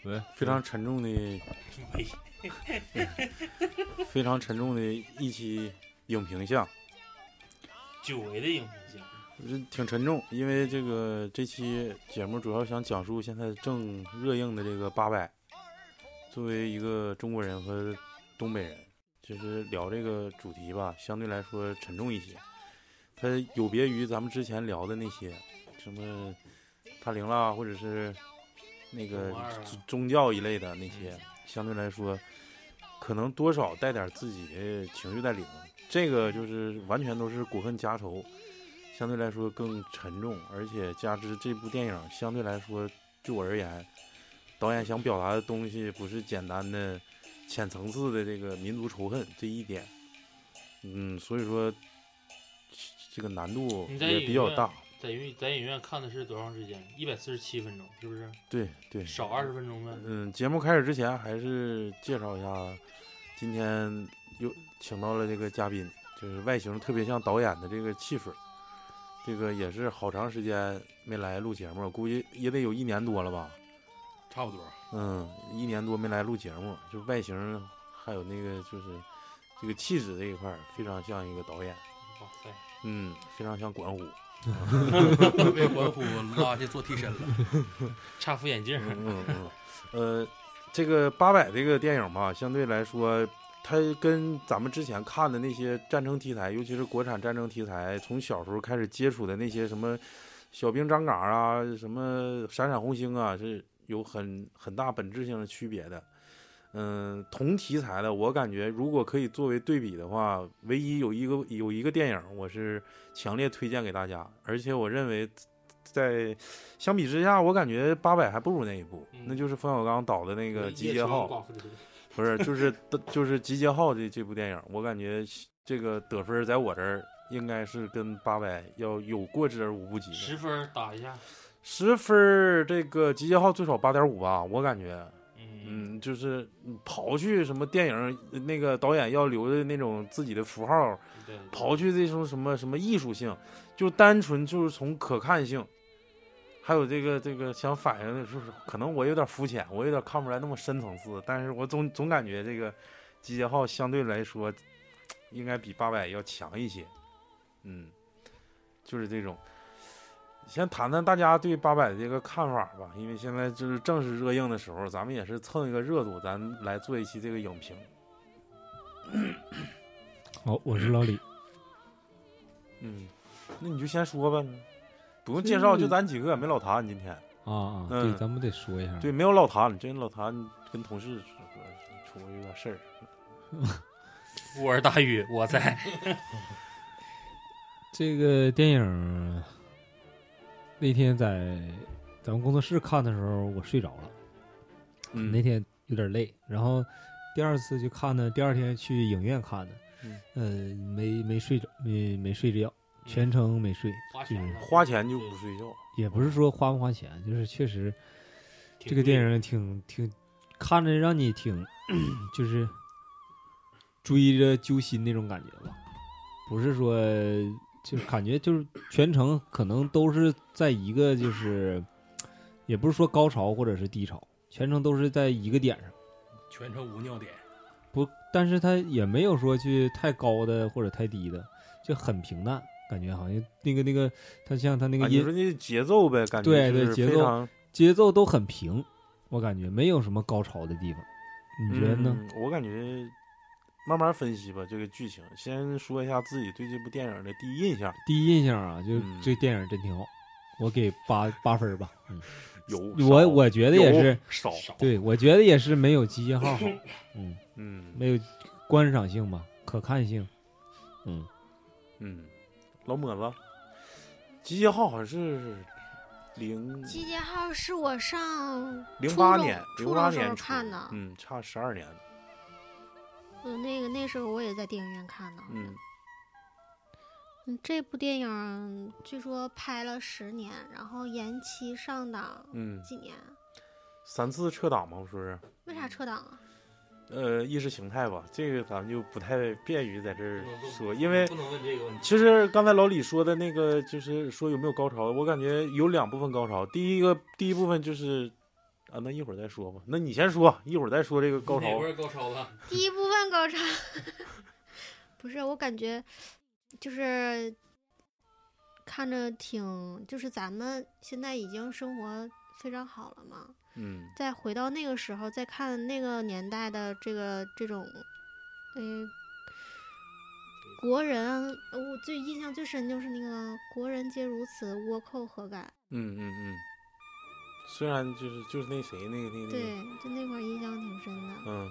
非常沉重的非常沉重的一期影评项， 久违的影评项， 挺沉重。因为这期节目主要想讲述现在正热映的这个800。作为一个中国人和东北人，其实聊这个主题吧，相对来说沉重一些。它有别于咱们之前聊的那些什么塔灵啦，或者是那个宗教一类的那些，相对来说可能多少带点自己的情绪在里面。这个就是完全都是国恨家仇，相对来说更沉重，而且加之这部电影相对来说对我而言，导演想表达的东西不是简单的浅层次的这个民族仇恨这一点，所以说这个难度也比较大。 在影院看的是多长时间？147分钟，是不是？ 对对， 少20分钟呗。 节目开始之前还是介绍一下，今天又请到了这个嘉宾，就是外形特别像导演的这个汽水，这个也是好长时间没来录节目，估计也得有1年多了吧。 差不多 ，1年多没来录节目，就外形还有那个就是这个气质这一块非常像一个导演。 哇塞， 非常像管虎， 被管虎拉去做替身了， 差副眼镜。 这个800这个电影吧，相对来说，它跟咱们之前看的那些战争题材，尤其是国产战争题材，从小时候开始接触的那些什么小兵张嘎啊，什么闪闪红星啊，是有很大本质性的区别的。同题材的，我感觉如果可以作为对比的话，唯一有一个电影我是强烈推荐给大家，而且我认为在相比之下，我感觉800还不如那一部，那就是冯小刚导的那个《集结号》，不是就是《集结号》这部电影，我感觉这个得分在我这儿应该是跟800要有过之而无不及的。 10分打一下 ，10分，这个《集结号》最少8.5吧，我感觉。就是刨去什么电影那个导演要留的那种自己的符号，刨去这种什么艺术性，就单纯就是从可看性，还有这个想反映的就是可能我有点肤浅，我有点看不出来那么深层次，但是我总感觉这个集结号相对来说应该比800要强一些。就是这种。先谈谈大家对800的这个看法吧，因为现在就是正是热映的时候，咱们也是蹭一个热度，咱来做一期这个影评。 好，我是老李。 那你就先说吧，不用介绍，就咱几个，没老谭今天。 对，咱们得说一下。 对，没有老谭，这老谭跟同事出过有点事儿。 我是大宇，我在。 这个电影。那天在咱们工作室看的时候，我睡着了。那天有点累，然后第二次就看的，第二天去影院看的。没睡着，没睡觉，全程没睡。 花钱就不睡觉， 也不是说花不花钱，就是确实这个电影挺看着让你挺就是追着揪心那种感觉吧，不是说。就是感觉就是全程可能都是在一个就是也不是说高潮或者是低潮，全程都是在一个点上， 全程无尿点。 不，但是它也没有说去太高的或者太低的，就很平淡，感觉好像那个它像它那个你说那节奏呗，感觉对节奏都很平，我感觉没有什么高潮的地方，你觉得呢？ 我感觉。慢慢分析吧，这个剧情。先说一下自己对这部电影的第一印象。 第一印象啊，就这电影真挺好，我给8分吧。我觉得也是少， 对，我觉得也是没有集结号好。没有观赏性吧，可看性。 老抹子，集结号好像是集结号是我上 08年看的， 差12年。 那时候我也在电影院看的。这部电影据说拍了10年，然后延期上档几年 ，3次撤档吗？不是？ 为啥撤档啊？ 意识形态吧，这个咱们就不太便于在这儿说，因为不能问这个问题。 其实刚才老李说的那个，就是说有没有高潮，我感觉有2部分高潮。第一部分就是啊，那一会儿再说吧。那你先说，一会儿再说这个高潮。 哪块高潮了？ 第一部分高潮，不是我感觉就是看着就是咱们现在已经生活非常好了嘛，再回到那个时候，再看那个年代的这种，国人，我最印象最深就是那个国人皆如此，倭寇何敢？ 虽然就是那谁那个对，就那块印象挺深的。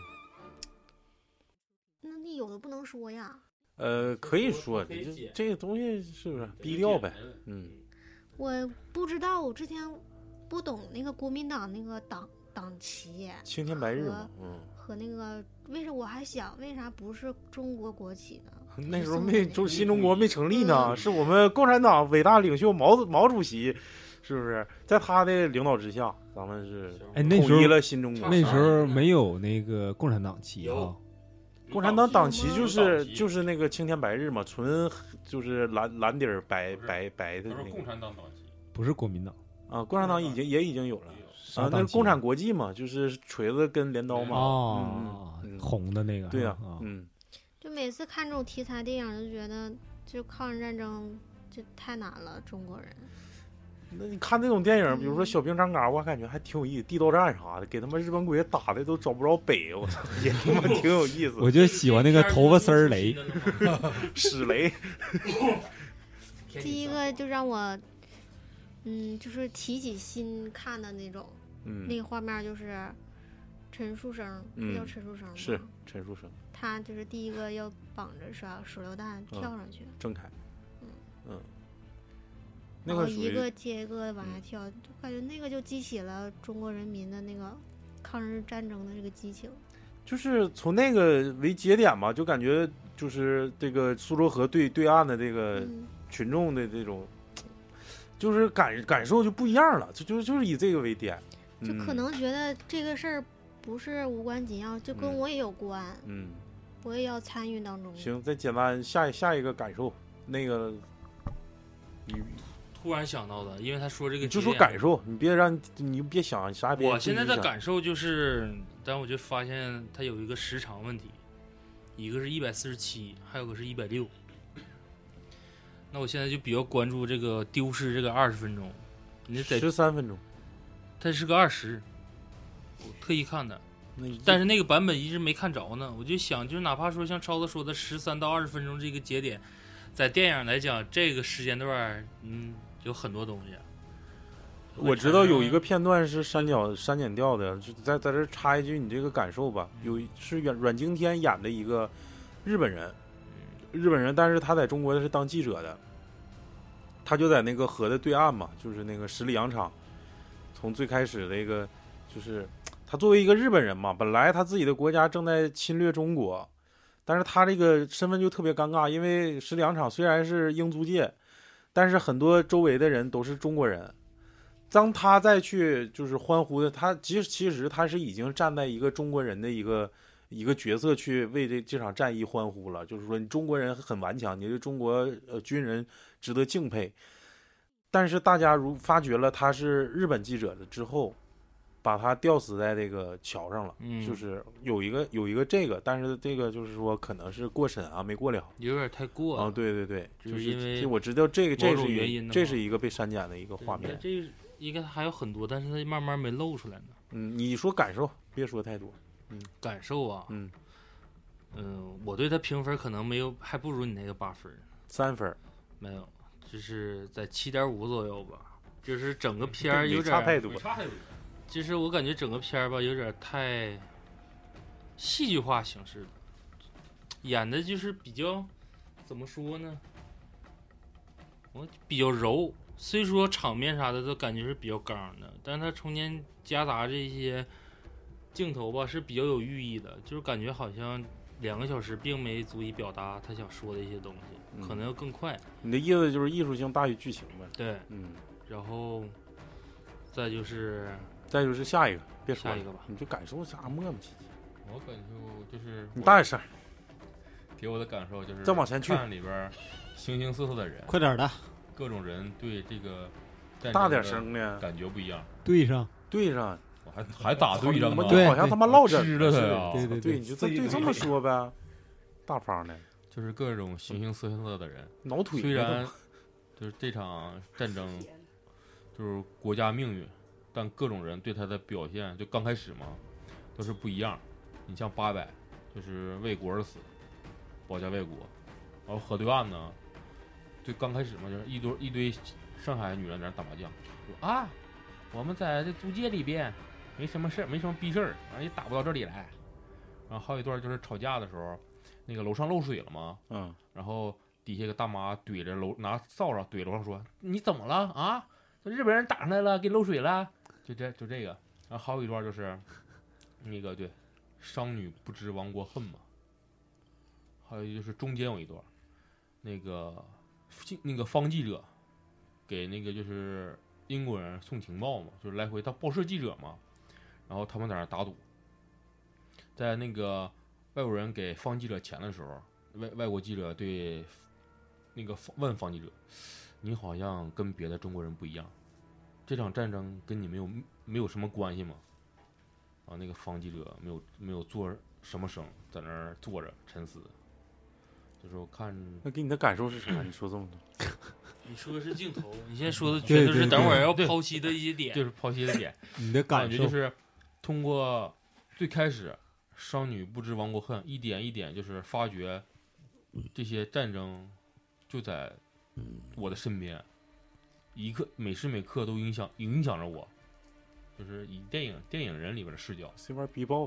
那你有的不能说呀。 可以说，这个东西是不是低调呗？ 我不知道，我之前不懂那个国民党那个党旗， 青天白日嘛， 和那个为啥我还想为啥不是中国国旗呢？ 那时候新中国没成立呢，是我们共产党伟大领袖毛主席，是不是在他的领导之下，咱们是统一了新中国。 那时候没有那个共产党旗啊。 共产党党旗就是那个青天白日嘛，纯就是蓝底儿白的那个。 共产党党旗不是国民党啊，共产党已经有了啊，那是共产国际嘛，就是锤子跟镰刀嘛。 红的那个。 对啊， 就每次看这种题材电影，就觉得就抗日战争就太难了，中国人。 那你看那种电影，比如说小兵张嘎，我感觉还挺有意思，地道战啥的，给他们日本鬼打的都找不着北，我操，也他妈挺有意思。 我就喜欢那个头发丝儿雷， 屎雷。 第一个就让我，就是提起心看的那种，那个画面就是陈树生，叫陈树生吗？ 是陈树生， 他就是第一个要绑着手榴弹跳上去。 郑恺， 然后一个接一个往下跳，就感觉那个就激起了中国人民的那个抗日战争的这个激情。 就是从那个为节点嘛，就感觉就是这个苏州河对岸的这个群众的这种，就是感受就不一样了，就是以这个为点， 就可能觉得这个事儿不是无关紧要，就跟我也有关，我也要参与当中。 行，再简单下一个感受，那个你突然想到的，因为他说这个， 你就说感受，你别想啥别。 我现在的感受就是，但我就发现它有一个时长问题，一个是147，还有个是160。那我现在就比较关注这个丢失这个20分钟，你得 13分钟， 它是个20，我特意看的，但是那个版本一直没看着呢。我就想，就是哪怕说像超子说的13到20分钟这个节点，在电影来讲，这个时间段，有很多东西。 我知道有一个片段是删减掉的，就在这插一句你这个感受吧。是阮经天演的一个日本人，但是他在中国是当记者的，他就在那个河的对岸嘛，就是那个十里洋场。从最开始的一个，就是他作为一个日本人嘛，本来他自己的国家正在侵略中国，但是他这个身份就特别尴尬，因为十里洋场虽然是英租界，但是很多周围的人都是中国人。当他再去就是欢呼的，他其实他是已经站在一个中国人的一个角色去为这场战役欢呼了，就是说你中国人很顽强，你的中国军人值得敬佩。但是大家如发觉了他是日本记者的之后，把他吊死在这个桥上了，就是有一个这个，但是这个就是说可能是过审啊，没过了， 有点太过了。 对， 就是因为我知道这是这是一个被删减的一个画面。 这应该还有很多，但是它慢慢没露出来呢。 你说感受，别说太多。 感受啊，我对他评分可能还不如你那个8分 ，3分， 没有，就是在7.5左右吧。就是整个片儿有点差太多， 就是我感觉整个片儿吧有点太戏剧化形式的，演的就是比较怎么说呢？我比较柔。虽说场面啥的都感觉是比较刚的，但是它中间夹杂这些镜头吧是比较有寓意的，就是感觉好像2个小时并没足以表达他想说的一些东西，可能要更快。 你的意思就是艺术性大于剧情呗？ 对，然后再就是下一个，别说下一个吧， 你就感受啥磨磨唧唧。 我感受就是你大点声。 给我的感受就是再往前去， 看里边形形色色的人， 快点的。 各种人对这个大点声呢， 感觉不一样。 对上， 哇， 还打对仗啊？ 对好像他妈落枕吃了他呀！ 对，你就这么说呗，大方的， 就是各种形形色色的人。 挠腿。 虽然就是这场战争就是国家命运，但各种人对他的表现，就刚开始嘛，都是不一样。你像800，就是为国而死，保家卫国。然后河对岸呢，就刚开始嘛，就是一堆上海女人在那打麻将，说啊，我们在这租界里边没什么事儿，没什么逼事儿，也打不到这里来。然后还有一段就是吵架的时候，那个楼上漏水了嘛，然后底下一个大妈怼着拿扫帚怼楼上说：“你怎么了啊？日本人打上来了，给漏水了。”就这个。然后还有一段就是那个对，商女不知亡国恨嘛。还有就是中间有一段，那个方记者给那个就是英国人送情报嘛，就是来回当报社记者嘛。然后他们在那打赌，在那个外国人给方记者钱的时候，外国记者对那个问方记者：“你好像跟别的中国人不一样，这场战争跟你没有什么关系吗？”啊，那个方记者没有做什么声，在那儿坐着沉思。就是我看， 那给你的感受是啥？你说这么多， 你说的是镜头，你现在说的全都是等会儿要剖析的一些点， 就是剖析的点。 你的感受就是通过最开始商女不知亡国恨，一点一点就是发掘这些战争就在我的身边，每时每刻都影响着我，就是以电影人里边的视角， 谁玩 B-box，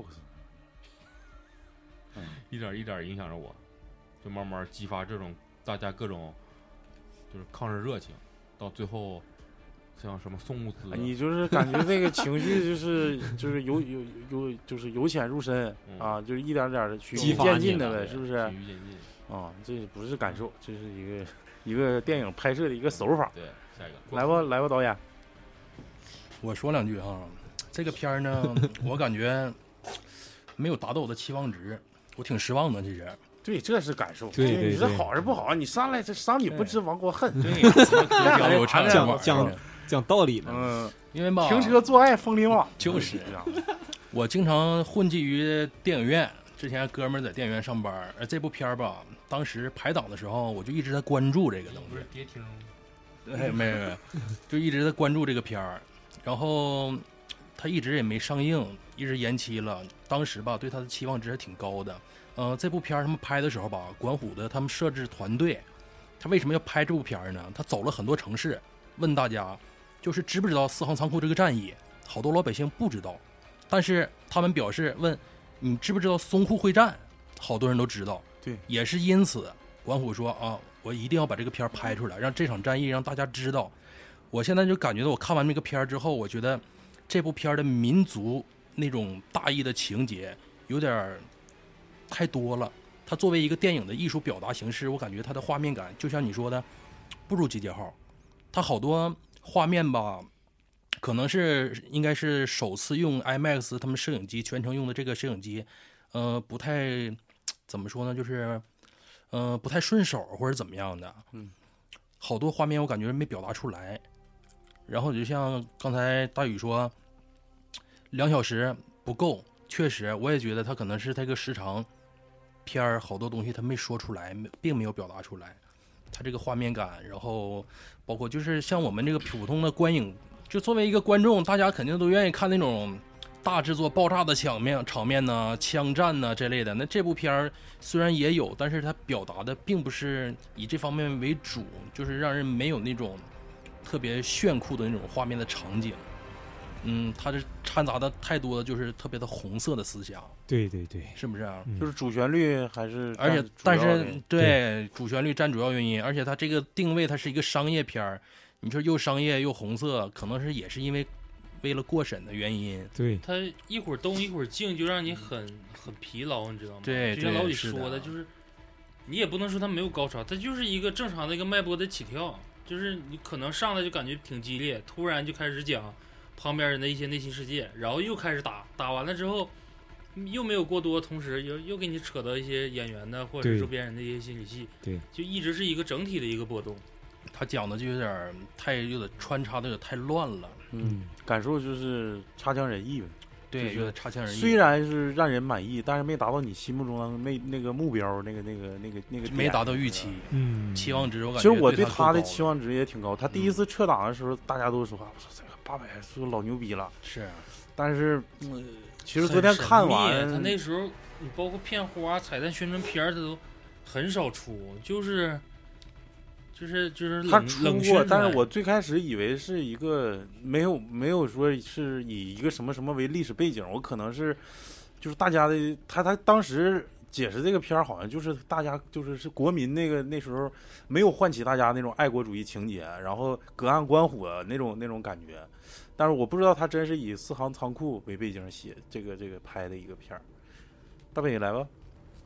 一点一点影响着我，就慢慢激发这种大家各种就是抗日热情，到最后像什么送物资， 你就是感觉这个情绪就是就是由浅入深啊，就是一点点的循序渐进的呗，是不是？ 循序渐进啊，这不是感受，这是一个电影拍摄的一个手法。 对，下一个来吧，导演， 我说两句哈，这个片儿呢，我感觉没有达到我的期望值，我挺失望的。其实， 对，这是感受。 对， 你这好是不好？你上来这商女不知亡国恨， 对，有讲道理呢。 因为吧， 停车做爱风铃网就是这样。我经常混迹于电影院，之前哥们儿在电影院上班，而这部片儿吧，当时排档的时候，我就一直在关注这个东西。 别听， 没，就一直在关注这个片儿，然后他一直也没上映，一直延期了。当时吧，对他的期望值还挺高的。这部片儿他们拍的时候吧，管虎的他们摄制团队，他为什么要拍这部片儿呢？他走了很多城市，问大家，就是知不知道四行仓库这个战役？好多老百姓不知道，但是他们表示问你知不知道淞沪会战？好多人都知道。 对， 也是因此，管虎说啊，我一定要把这个片儿拍出来，让这场战役让大家知道。我现在就感觉到，我看完这个片儿之后，我觉得这部片儿的民族那种大义的情节有点太多了。它作为一个电影的艺术表达形式，我感觉它的画面感就像你说的，不如集结号。它好多画面吧，可能应该是首次用 IMAX 他们摄影机全程用的这个摄影机，不太怎么说呢，就是不太顺手或者怎么样的。好多画面我感觉没表达出来。然后就像刚才大宇说，2小时不够，确实我也觉得他可能是这个时长片儿好多东西他没说出来，并没有表达出来。他这个画面感，然后包括就是像我们这个普通的观影，就作为一个观众，大家肯定都愿意看那种大制作爆炸的场面呢、枪战呢这类的。那这部片儿虽然也有，但是它表达的并不是以这方面为主，就是让人没有那种特别炫酷的那种画面的场景。它这掺杂的太多的就是特别的红色的思想。 对， 是不是啊？ 就是主旋律还是， 而且但是对主旋律占主要原因，而且它这个定位它是一个商业片儿，你说又商业又红色，可能是也是因为了过审的原因。 对， 它一会儿动一会儿静，就让你很疲劳，你知道吗？ 对， 就像老李说的，就是你也不能说它没有高潮，它就是一个正常的一个脉搏的起跳，就是你可能上来就感觉挺激烈，突然就开始讲旁边人的一些内心世界，然后又开始打完了之后又没有过多，同时又给你扯到一些演员的或者是周边人的一些心理戏， 对， 就一直是一个整体的一个波动。 他讲的就有点穿插的有点太乱了。 感受就是差强人意呗。 对，有点差强人意。 虽然是让人满意，但是没达到你心目中的那个目标，那个没达到预期，期望值我感觉。 其实我对他的期望值也挺高。他第一次撤档的时候，大家都说我说这个800是老牛逼了。 是， 但是其实昨天看完， 他那时候你包括片花、彩蛋、宣传片，他都很少出，就是他出过，但是我最开始以为是一个没有说是以一个什么什么为历史背景，我可能是就是大家的他当时解释这个片儿好像就是大家是国民那时候没有唤起大家那种爱国主义情节，然后隔岸观火那种感觉，但是我不知道他真是以四行仓库为背景写这个拍的一个片儿。大北来吧。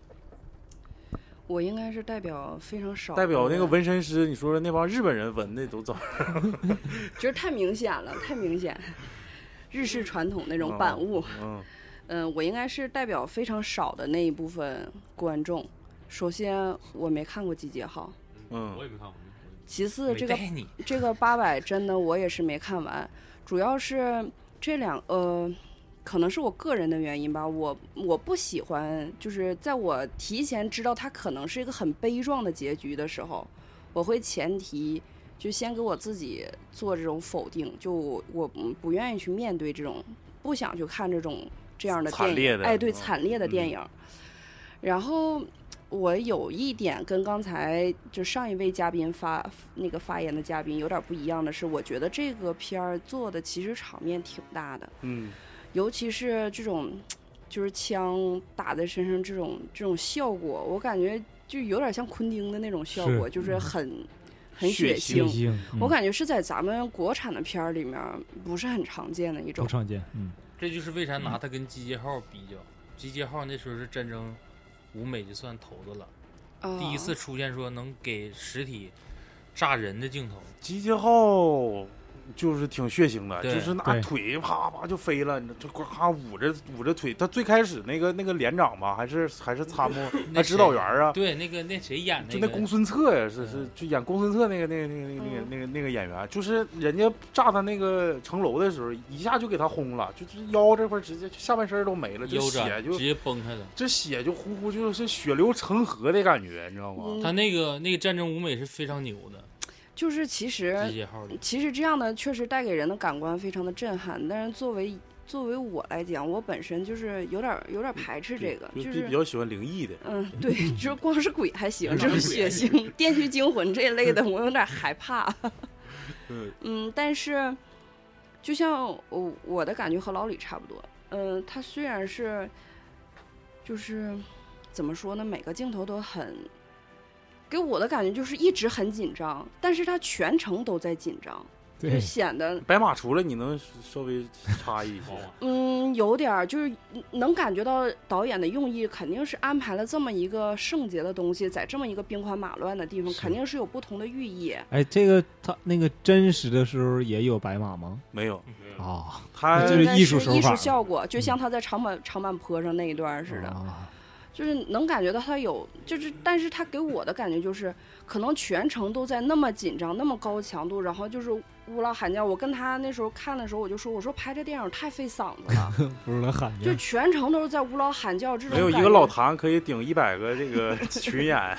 我应该是代表非常少， 代表那个纹身师，你说那帮日本人纹的都怎么？ 就是太明显了，太明显，日式传统那种版物。我应该是代表非常少的那一部分观众。首先，我没看过《集结号》， 我也没看过。 其次，这个800真的我也是没看完，主要是这可能是我个人的原因吧，我不喜欢，就是在我提前知道它可能是一个很悲壮的结局的时候，我会前提就先给我自己做这种否定，就我不愿意去面对这种，不想去看这样的电影，哎，对，惨烈的电影。然后我有一点跟刚才就上一位嘉宾发言的嘉宾有点不一样的是，我觉得这个片儿做的其实场面挺大的，尤其是这种就是枪打在身上这种效果，我感觉就有点像昆汀的那种效果，就是很血腥。我感觉是在咱们国产的片儿里面不是很常见的一种。 不常见， 这就是为啥拿它跟《集结号》比较，《集结号》那时候是战争舞美就算头子了，第一次出现说能给实体炸人的镜头，《 集结号》就是挺血腥的，就是那腿啪啪就飞了，就咔捂着腿。他最开始那个连长吧，还是参谋那指导员啊？ 对，那谁演的？ 就那公孙策呀，是就演公孙策那个演员，就是人家炸他那个城楼的时候，一下就给他轰了，就是腰这块直接下半身都没了，这血就直接崩开了， 这血就呼呼就是血流成河的感觉，你知道吗？ 他那个战争舞美是非常牛的。 就是其实这样的确实带给人的感官非常的震撼，但是作为我来讲，我本身就是有点排斥这个，就是比较喜欢灵异的。 对，就是光是鬼还行，这种血腥、电锯惊魂这一类的，我有点害怕。但是就像我的感觉和老李差不多，他虽然是就是怎么说呢，每个镜头都很。给我的感觉就是一直很紧张，但是他全程都在紧张，就显得白马出来，你能稍微差异一些？ 有点就是能感觉到导演的用意，肯定是安排了这么一个圣洁的东西，在这么一个兵荒马乱的地方，肯定是有不同的寓意。 哎，这个他那个真实的时候也有白马吗？ 没有啊， 他就是艺术效果，就像他在长坂坡上那一段似的。就是能感觉到他有，但是他给我的感觉就是，可能全程都在那么紧张、那么高强度，然后就是呜嗷喊叫。我跟他那时候看的时候，我说拍这电影太费嗓子了， 呜嗷喊叫， 就全程都是在呜嗷喊叫这种。 没有一个老谭可以顶100个这个群演，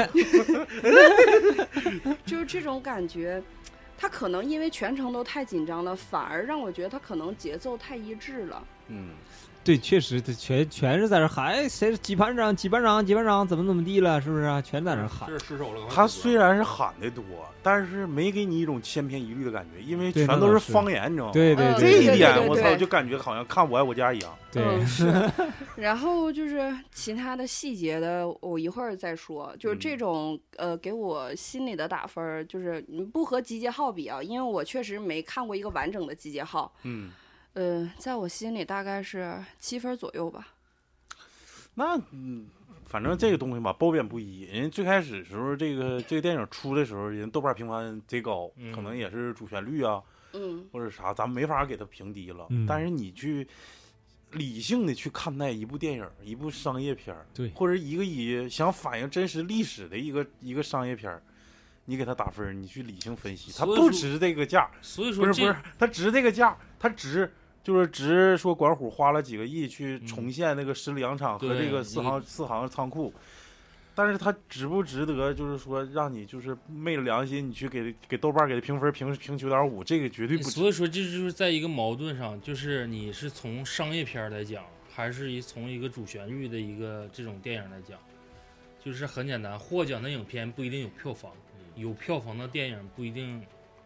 就是这种感觉。他可能因为全程都太紧张了，反而让我觉得他可能节奏太一致了。 对，确实，全是在这喊，谁几班长怎么地了，是不是啊？全在那喊。 这是失手了。 他虽然是喊的多，但是没给你一种千篇一律的感觉，因为全都是方言，你知道吗？ 对， 这一点我操，就感觉好像看《我爱我家》一样。 对， 是。然后就是其他的细节的，我一会儿再说。就是这种给我心里的打分，就是你不和《集结号》比啊，因为我确实没看过一个完整的《集结号》。在我心里大概是7分左右吧。 那反正这个东西吧，褒贬不一。人家最开始的时候，这个电影出的时候，人豆瓣评分贼高，可能也是主旋律啊，或者啥，咱们没法给它评低了。但是你去理性的去看待一部电影、一部商业片， 对， 或者一个以想反映真实历史的一个商业片， 你给他打分，你去理性分析，他所以说不值这个价。 所以说不是，他值这个价，他值就是值说管虎花了几个亿去重现那个十里洋场和这个四行仓库，但是他值不值得？就是说让你就是昧着良心，你去给豆瓣给他评分评9.5，这个绝对不值。 所以说这就是在一个矛盾上，就是你是从商业片来讲，还是从一个主旋律的一个这种电影来讲，就是很简单，获奖的影片不一定有票房，有票房的电影不一定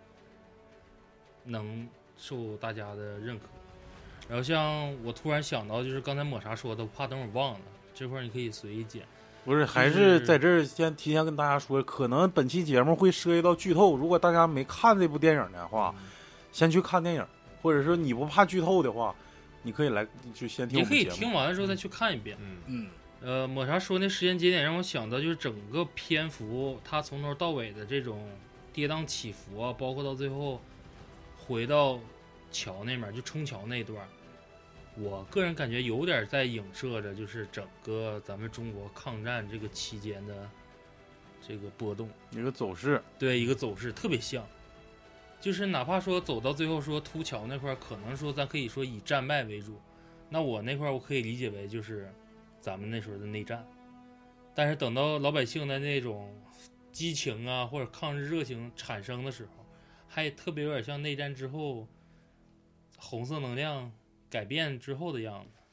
能受大家的认可。然后像我突然想到，就是刚才抹茶说的，我怕等会儿忘了，这块你可以随意剪。 不是，还是在这儿先提前跟大家说，可能本期节目会涉及到剧透，如果大家没看这部电影的话，先去看电影，或者说你不怕剧透的话，你可以来就先听我们节目。 也可以听完的时候再去看一遍。抹茶说那时间节点让我想到，就是整个篇幅它从头到尾的这种跌宕起伏啊，包括到最后回到桥那边就冲桥那段，我个人感觉有点在影射着就是整个咱们中国抗战这个期间的这个波动， 一个走势， 对，一个走势特别像。就是哪怕说走到最后说凸桥那块，可能说咱可以说以战败为主，那我那块我可以理解为就是咱们那时候的内战。但是等到老百姓的那种激情啊或者抗日热情产生的时候，还特别有点像内战之后红色能量改变之后的样子。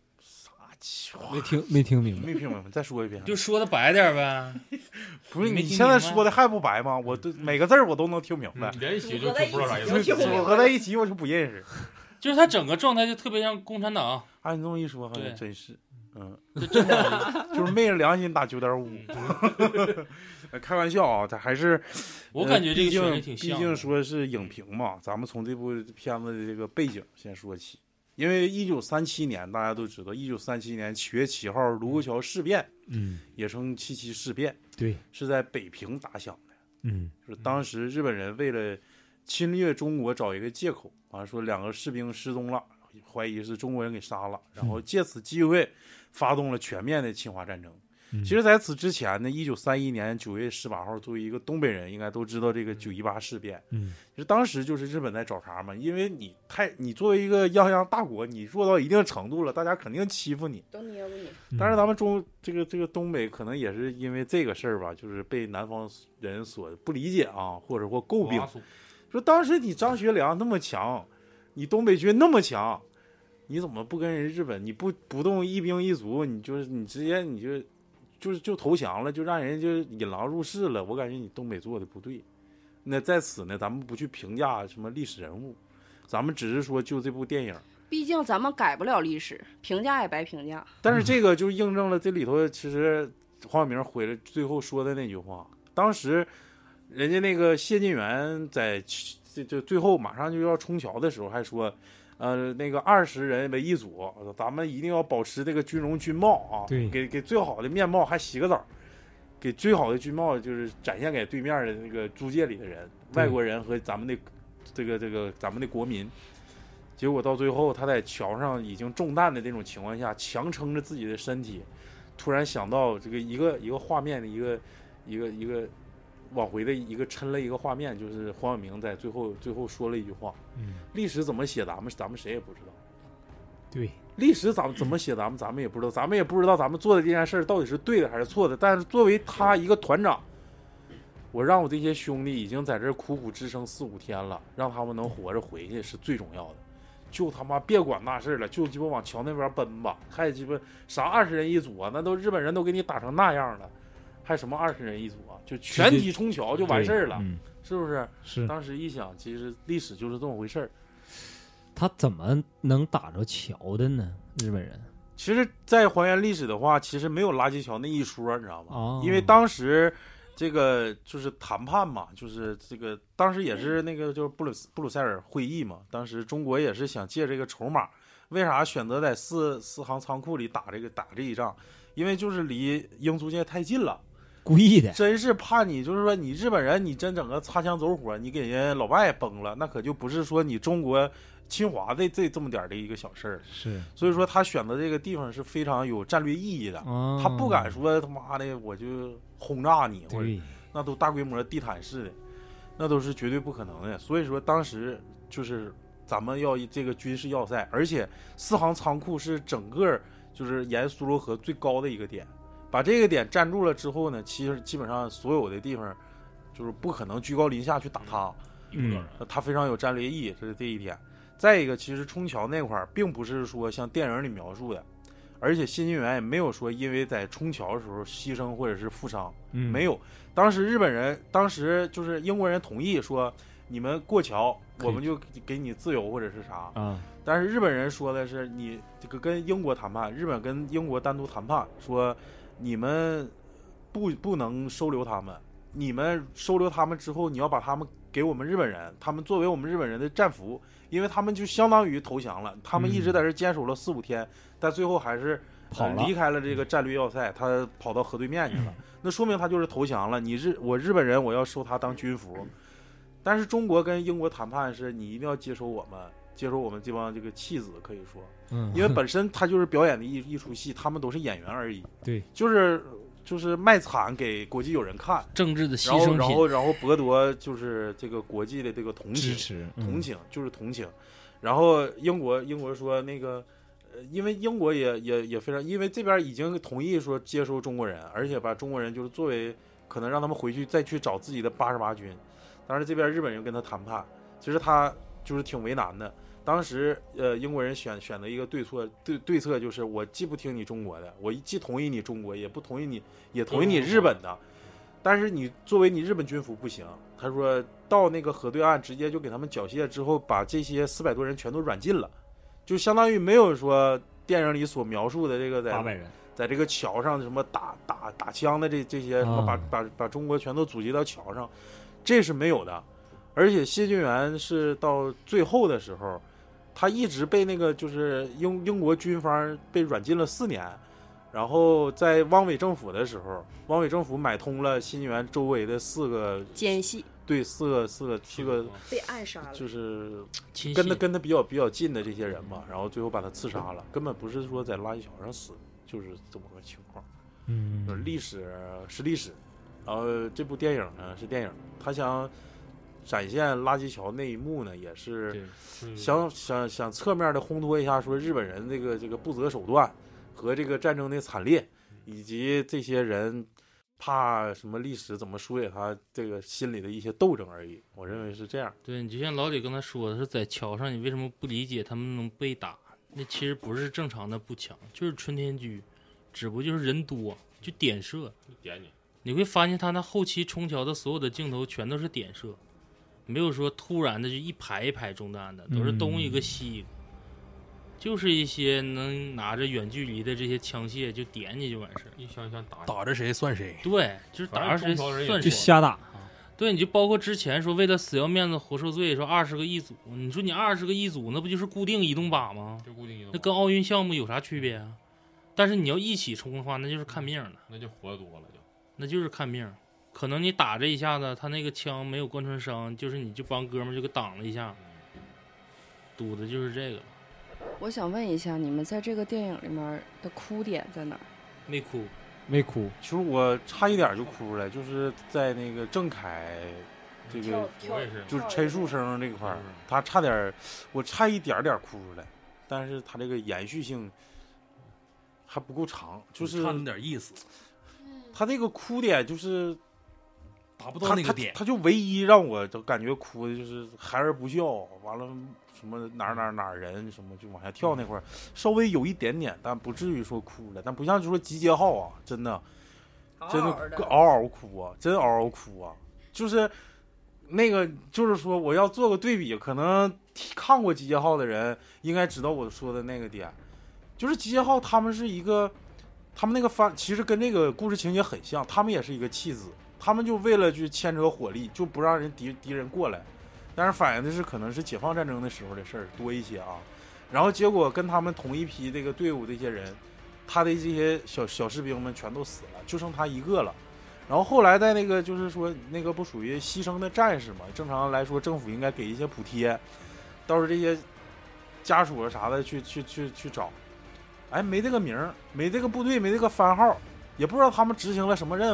没听明白， 没听明白，再说一遍。 就说的白点呗。 不是你现在说的还不白吗？我每个字我都能听明白。 连一起就不知道啥意思，组合在一起我就不认识。 就是他整个状态就特别像共产党。 按你这么一说，好像真是， 就是昧着良心打9.5。开玩笑啊，他还是我感觉这个旋律挺像。 毕竟说是影评嘛，咱们从这部片子的这个背景先说起。因为1937年大家都知道，1937年7月7号卢沟桥事变，也称77事变， 对， 是在北平打响的，就是当时日本人为了侵略中国找一个借口，说2个士兵失踪了，怀疑是中国人给杀了，然后借此机会发动了全面的侵华战争。其实在此之前呢，1931年9月18号，作为一个东北人，应该都知道这个9·18事变。其实当时就是日本在找茬嘛，因为你作为一个泱泱大国，你弱到一定程度了，大家肯定欺负你， 都捏过你。 但是咱们这个东北可能也是因为这个事儿吧，就是被南方人所不理解啊，或者说诟病，说当时你张学良那么强，你东北军那么强，你怎么不跟人日本，你不动一兵一卒，你直接你就投降了，就让人就引狼入室了。我感觉你东北做的不对。那在此呢，咱们不去评价什么历史人物，咱们只是说就这部电影。 毕竟咱们改不了历史，评价也白评价。 但是这个就印证了这里头，其实黄晓明回来最后说的那句话，当时人家那个谢晋元在就最后马上就要冲桥的时候还说。那个20人为一组，咱们一定要保持这个军容军貌啊， 对， 给最好的面貌还洗个澡，给最好的军貌就是展现给对面的那个租界里的人，外国人和咱们的这个咱们的国民。结果到最后，他在桥上已经中弹的这种情况下，强撑着自己的身体，突然想到这个一个画面的一个往回的一个抻了一个画面，就是黄晓明在最后说了一句话，历史怎么写咱们谁也不知道， 对， 历史怎么写咱们也不知道，咱们也不知道咱们做的这件事到底是对的还是错的，但是作为他一个团长，我让我这些兄弟已经在这苦苦支撑4-5天了，让他们能活着回去是最重要的，就他妈别管那事了，就鸡巴往桥那边奔吧，还鸡巴啥20人一组啊，那都日本人都给你打成那样了，还什么20人一组啊，就全体冲桥就完事儿了，是不是？ 是。 当时一想，其实历史就是这么回事儿。 他怎么能打着桥的呢？日本人其实，在还原历史的话，其实没有垃圾桥那一说，你知道吗？因为当时这个就是谈判嘛，就是这个当时也是那个就是布鲁塞尔会议嘛，当时中国也是想借这个筹码，为啥选择在四行仓库里打这一仗？因为就是离英租界太近了。 故意的， 真是怕你，就是说你日本人，你真整个擦枪走火，你给人老外崩了，那可就不是说你中国侵华的这么点的一个小事儿。 是， 所以说他选择这个地方是非常有战略意义的。他不敢说他妈的我就轰炸你，或者那都大规模地毯式的，那都是绝对不可能的。所以说当时就是咱们要这个军事要塞，而且四行仓库是整个就是沿苏罗河最高的一个点，把这个点占住了之后呢，其实基本上所有的地方就是不可能居高临下去打它，它非常有战略意义，这是这一点。再一个，其实冲桥那块儿并不是说像电影里描述的，而且新军元也没有说因为在冲桥的时候牺牲或者是负伤，没有。当时日本人，当时就是英国人同意说你们过桥，我们就给你自由或者是啥啊。但是日本人说的是你这个跟英国谈判，日本跟英国单独谈判，说你们不能收留他们，你们收留他们之后，你要把他们给我们日本人，他们作为我们日本人的战俘，因为他们就相当于投降了，他们一直在这坚守了4-5天，但最后还是离开了这个战略要塞，他跑到河对面去了，那说明他就是投降了。我日本人我要收他当军俘，但是中国跟英国谈判是你一定要接受我们这帮这个弃子，可以说，因为本身他就是表演的一出戏，他们都是演员而已， 对， 就是卖惨给国际友人看， 政治的牺牲品， 然后博得就是这个国际的这个同情支持， 同情就是同情。然后英国说那个，因为英国也非常，因为这边已经同意说接收中国人，而且把中国人就是作为可能让他们回去再去找自己的88军。当时这边日本人跟他谈判，其实他就是挺为难的。当时英国人选择一个对策，就是我既不听你中国的，我既同意你中国，也不同意你，也同意你日本的，但是你作为你日本军俘不行。他说到那个河对岸直接就给他们缴械之后，把这些400多人全都软禁了，就相当于没有说电影里所描述的这个 800人在这个桥上什么打枪的这些什么把中国全都阻击到桥上，这是没有的。而且谢晋元是到最后的时候，他一直被那个就是英国军方被软禁了4年，然后在汪伪政府的时候，汪伪政府买通了新晋元周围的4个奸细， 对，四个被暗杀了， 就是跟他比较近的这些人嘛，然后最后把他刺杀了，根本不是说在垃圾桥上死，就是这么个情况。历史是历史，然后这部电影呢是电影，他想展现垃圾桥那一幕呢，也是想侧面的烘托一下，说日本人这个不择手段和这个战争的惨烈，以及这些人怕什么历史怎么输给他这个心里的一些斗争而已。我认为是这样。 对，你就像老李刚才说的，是在桥上，你为什么不理解他们能被打？那其实不是正常的步枪，就是春天狙，只不过就是人多就点射， 点你会发现他那后期冲桥的所有的镜头全都是点射。没有说突然的就一排一排中弹的，都是东一个西一个，就是一些能拿着远距离的这些枪械就点你就完事， 一枪一枪打着谁算谁。 对，就是打着谁算谁， 就瞎打。 对，你就包括之前说为了死要面子活受罪，说20个一组，你说你20个一组，那不就是固定移动靶吗？ 就固定移动， 那跟奥运项目有啥区别啊？但是你要一起冲的话，那就是看命了， 那就活多了那就是看命。可能你打这一下子，他那个枪没有贯穿伤，就是你就帮哥们就给挡了一下，赌的就是这个。 我想问一下，你们在这个电影里面的哭点在哪儿？ 没哭。 其实我差一点就哭了，就是在那个郑恺这个就是陈树生这块儿，他差点，我差一点哭出来，但是他这个延续性还不够长，就是差那点意思。 他这个哭点就是达不到那个点， 他就唯一让我就感觉哭的就是孩儿不孝，完了什么哪儿人什么就往下跳那块儿，稍微有一点点，但不至于说哭了，但不像就说集结号啊，真的嗷嗷哭啊，真嗷嗷哭啊，就是那个就是说我要做个对比，可能看过集结号的人应该知道我说的那个点，就是集结号他们是一个，他们那个其实跟这个故事情节很像，他们也是一个弃子。他们就为了去牵扯火力，就不让人敌人过来，但是反映的是可能是解放战争的时候的事儿多一些啊。然后结果跟他们同一批这个队伍这些人，他的这些小士兵们全都死了，就剩他一个了。然后后来在那个就是说那个不属于牺牲的战士嘛，正常来说政府应该给一些补贴，倒是这些家属啥的去找，哎，没这个名儿，没这个部队，没这个番号，也不知道他们执行了什么任务。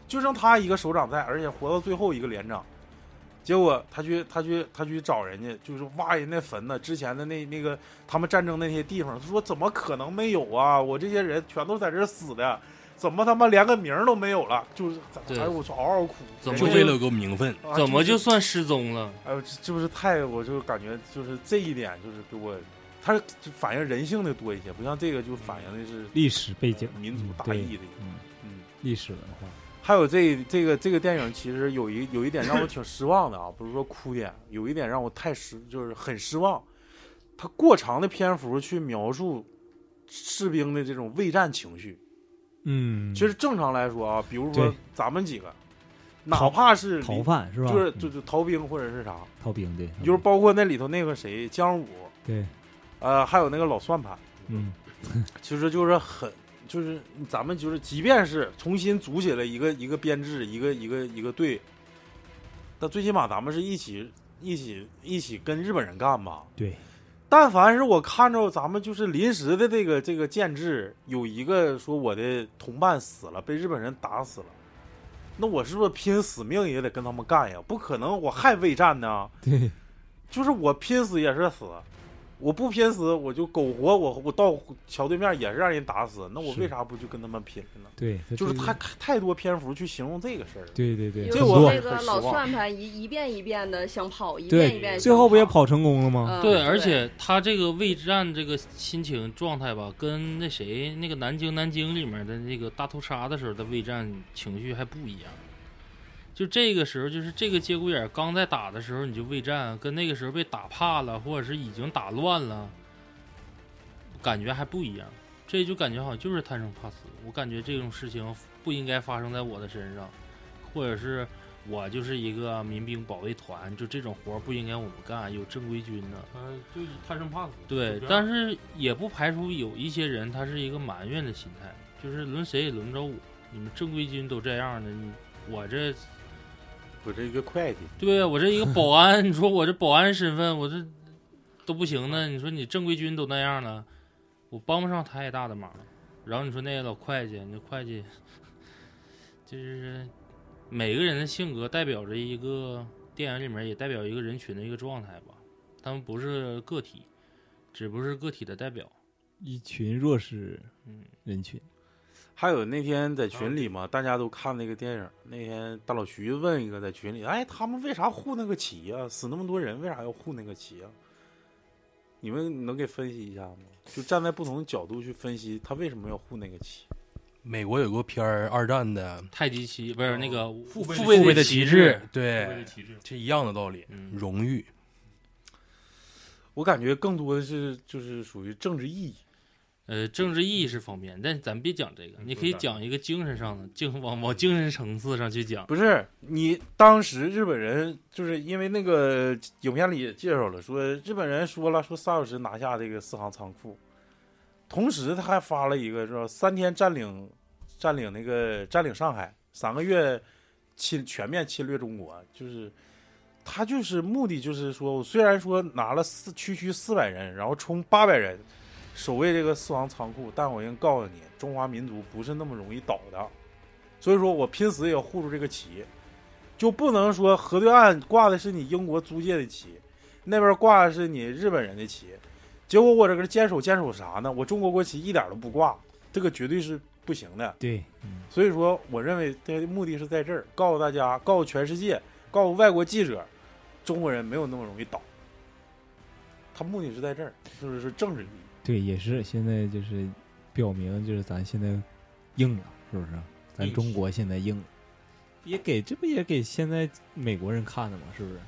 就剩他一个首长在，而且活到最后一个连长。结果他去找人家，就是挖人那坟呢，之前的那个他们战争那些地方，他说怎么可能没有啊？我这些人全都在这儿死的，怎么他妈连个名儿都没有了？就是哎呦我说嗷嗷哭， 怎么就为了个名分， 怎么就算失踪了？ 哎呦这不是太，我就感觉就是这一点就是给我，他就反映人性的多一些，不像这个就反映的是历史背景、 民族大对义的。 历史文化。 还有这个电影其实有一点让我挺失望的啊，不是说哭点，有一点让我就是很失望，他过长的篇幅去描述士兵的这种畏战情绪。其实正常来说啊，比如说咱们几个，哪怕是逃犯是吧？ 就是逃兵或者是啥， 逃兵对， 就是包括那里头那个谁姜武， 对， 还有那个老算盘，其实就是就是咱们就是即便是重新组起了一个编制，一个队，但最起码咱们是一起跟日本人干吧。 对， 但凡是我看着咱们就是临时的这个建制有一个说我的同伴死了，被日本人打死了，那我是不是拼死命也得跟他们干呀？不可能我还畏战呢。 对， 就是我拼死也是死。我不拼死，我就苟活，我到桥对面也是让人打死，那我为啥不就跟他们拼呢？ 对， 就是太多篇幅去形容这个事儿。 对， 这我那个老算盘一遍一遍的想跑，一遍一遍， 最后不也跑成功了吗？ 对，而且他这个畏战这个心情状态吧，跟那谁那个南京里面的那个大屠杀的时候的畏战情绪还不一样。就这个时候，就是这个节骨眼刚在打的时候，你就畏战，跟那个时候被打怕了，或者是已经打乱了，感觉还不一样。这就感觉好像就是贪生怕死。我感觉这种事情不应该发生在我的身上，或者是我就是一个民兵保卫团，就这种活不应该我们干，有正规军的。 就贪生怕死。 对，但是也不排除有一些人他是一个埋怨的心态，就是轮谁也轮不着我，你们正规军都这样的，我这一个会计， 对啊，我这一个保安，你说我这保安身份，我这都不行呢。你说你正规军都那样了，我帮不上太大的忙。然后你说那个老会计，那会计就是每个人的性格代表着一个电影里面也代表一个人群的一个状态吧。他们不是个体，只不过是个体的代表， 一群弱势人群。 还有那天在群里嘛，大家都看那个电影。那天大老徐问一个在群里，哎，他们为啥护那个旗啊？死那么多人，为啥要护那个旗啊？你们能给分析一下吗？就站在不同的角度去分析，他为什么要护那个旗？ 美国有个片儿，二战的太极旗，不是那个父辈的旗帜，对，这一样的道理，荣誉。 我感觉更多的是就是属于政治意义。 政治意义是方面，但咱别讲这个，你可以讲一个精神上的，往精神层次上去讲。 不是你当时日本人就是因为那个影片里也介绍了，说日本人说了，说3小时拿下这个4行仓库，同时他还发了一个说3天占领上海，3个月全面侵略中国，就是他就是目的就是说，我虽然说拿了区400人，然后冲800人。守卫这个4行仓库，但我应告诉你，中华民族不是那么容易倒的，所以说我拼死也要护住这个旗，就不能说河对岸挂的是你英国租界的旗，那边挂的是你日本人的旗，结果我这个坚守啥呢？我中国国旗一点都不挂，这个绝对是不行的。 对， 所以说我认为这的目的是在这儿，告诉大家，告诉全世界，告诉外国记者，中国人没有那么容易倒，他目的是在这儿，就是政治意义。 对，也是现在就是表明，就是咱现在硬了，是不是？咱中国现在硬了，这不也给现在美国人看的吗？是不是？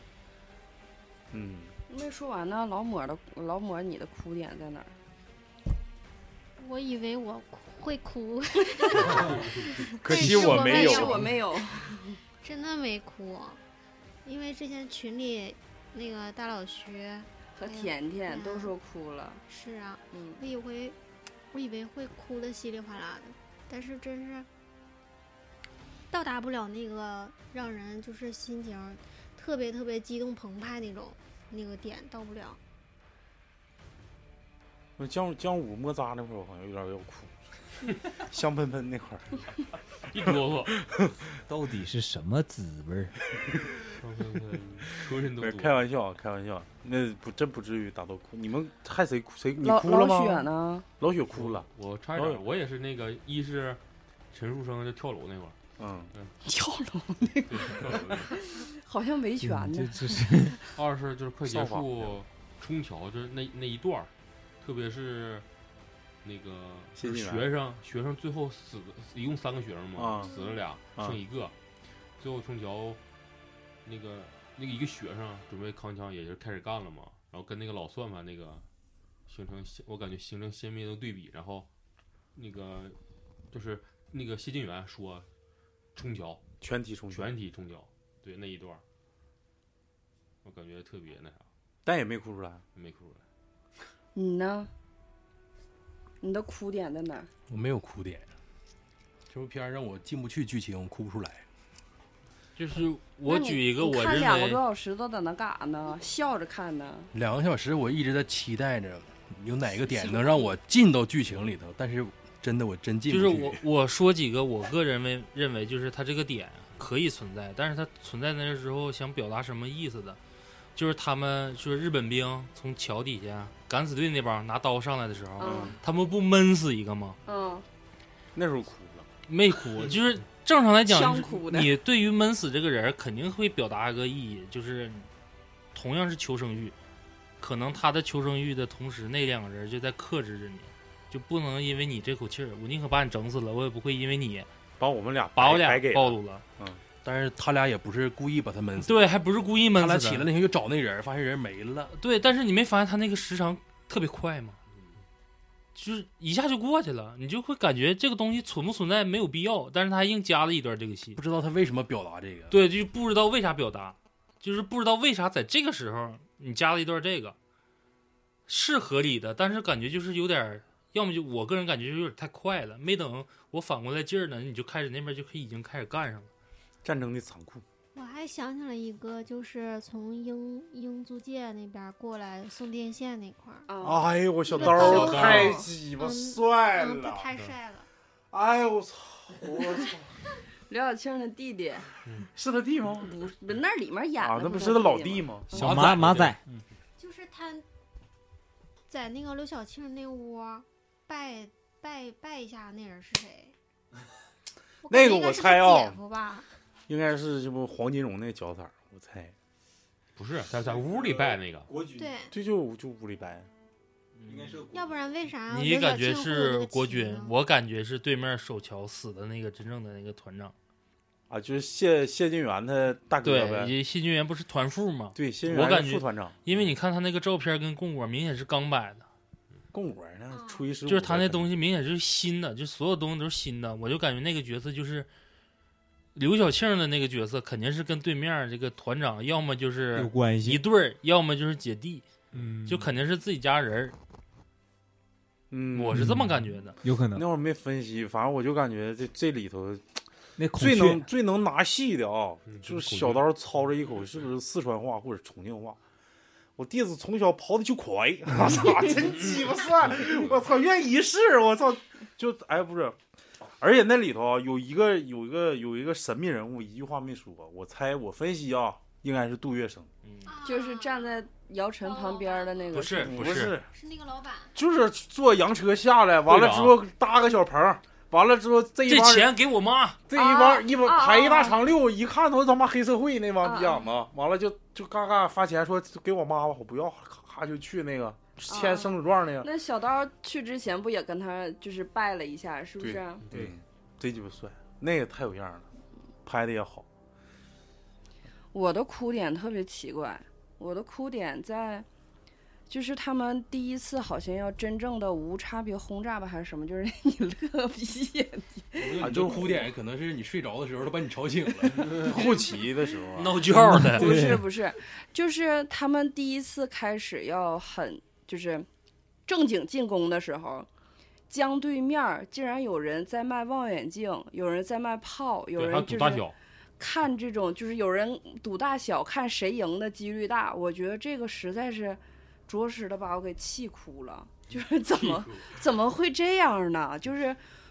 没说完呢，劳模，你的哭点在哪儿？ 我以为我会哭， 可惜我没有， 真的没哭，因为之前群里那个大老徐。 和甜甜都说哭了。 是啊，我以为会哭的稀里哗啦的，但是真是到达不了那个让人就是心情特别特别激动澎湃那个点，到不了。 姜武摸渣那会儿，我好像有点要哭。 香喷喷那块儿， 一哆嗦， 到底是什么滋味儿？ 浑身都哆嗦。 开玩笑，开玩笑，那真不至于打到哭。你们还谁你老哭了吗？ 雪呢？ 老雪哭了， 我差点，我也是那个，一是陈树生就跳楼那会儿， 跳楼对，跳楼那会儿。 好像维权呢。 这是二是就是快结扫把束冲桥，就是那一段儿，特别是那个谢晋学生最后死的，一共3个学生嘛，死了俩，剩1个，最后冲桥那个一个学生准备扛枪，也就是开始干了嘛，然后跟那个老算盘那个我感觉形成鲜明的对比，然后那个就是那个谢晋元说冲桥全体冲桥，对那一段儿，我感觉特别那啥， 但也没哭出来， 没哭出来。 你呢？你的哭点在哪儿？ 我没有哭点，这部片让我进不去剧情，哭不出来。 就是我举一个我看认 2个为多小时都在那干啥呢？笑着看呢。 2个小时，我一直在期待着有哪个点能让我进到剧情里头，但是真的我真进不去。 就是我说几个我个人认为就是它这个点可以存在，但是它存在那之后想表达什么意思的，就是他们就是日本兵从桥底下敢死队那帮拿刀上来的时候，他们不闷死一个吗？ 那时候哭了， 没哭，就是正常来讲枪哭的， 你对于闷死这个人肯定会表达一个意义，就是同样是求生欲，可能他的求生欲的同时，那2个人就在克制着你，就不能因为你这口气儿，我宁可把你整死了，我也不会因为你把我们俩把我俩白给暴露了。 但是他俩也不是故意把他闷死， 对，还不是故意闷死的。 他俩起来那天就找那人，发现人没了。 对，但是你没发现他那个时长特别快吗？就是一下就过去了，你就会感觉这个东西存不存在没有必要，但是他还硬加了一段这个戏， 不知道他为什么表达这个。 对，就不知道为啥表达，就是不知道为啥在这个时候你加了一段这个，是合理的，但是感觉就是有点，要么就我个人感觉就有点太快了，没等我反过来劲儿呢，你就开始那边就已经开始干上了。 战争的残酷。 我还想起了一个，就是从英租界那边过来送电线那块儿。 哎呦，我小刀太鸡巴帅了， 他太帅了。 哎呦我操！我操！ 刘晓庆的弟弟， 是他弟吗？ 不是，那里面演的啊，那不是他老弟吗？ 小马仔， 就是他在那个刘晓庆那屋拜一下，那人是谁？ 那个我猜啊， 姐夫吧。 应该是这不黄金荣那脚色儿，我猜。 不是，在屋里拜那个国军， 对， 这就屋里拜。 应该是。 要不然为啥？ 你感觉是国军，我感觉是对面守桥死的那个真正的那个团长。 啊，就是谢晋元他大哥呗。 对，谢晋元不是团副吗？ 对，谢晋元是副团长。 因为你看他那个照片跟供果明显是刚摆的。 供果呢，初一15。 就是他那东西明显是新的，就所有东西都是新的。我就感觉那个角色就是刘晓庆的那个角色，肯定是跟对面这个团长要么就是有关系一对儿，要么就是姐弟，就肯定是自己家人。我是这么感觉的。 有可能那会儿没分析，反正我就感觉这里头那最能拿戏的啊，就是小刀操着一口是不是四川话或者重庆话。我弟子从小跑的就快，我操，真鸡巴帅！我操，愿意试，我操，就哎不是，而且那里头有一个神秘人物，一句话没说，我分析啊，应该是杜月笙， 就是站在姚晨旁边的那个， 不是是那个老板， 就是坐洋车下来，完了之后搭个小棚。完了之后，这钱给我妈， 这一帮排一大长溜，一看都他妈黑社会那帮逼样子。完了就嘎嘎发钱说给我妈吧，我不要，咔就去那个签生死状那个。 那小刀去之前不也跟他就是拜了一下，是不是？ 对，这鸡巴帅，那个太有样了，拍的也好。 我的哭点特别奇怪，我的哭点在。就是他们第一次好像要真正的无差别轰炸吧，还是什么？就是你乐逼啊！就哭点可能是你睡着的时候，他把你吵醒了。 后期的时候闹觉的， 不是，就是他们第一次开始要很就是正经进攻的时候，江对面竟然有人在卖望远镜，有人在卖炮，有人就是看这种，就是有人赌大小，看谁赢的几率大。我觉得这个实在是。着实的把我给气哭了，就是怎么会这样呢？就是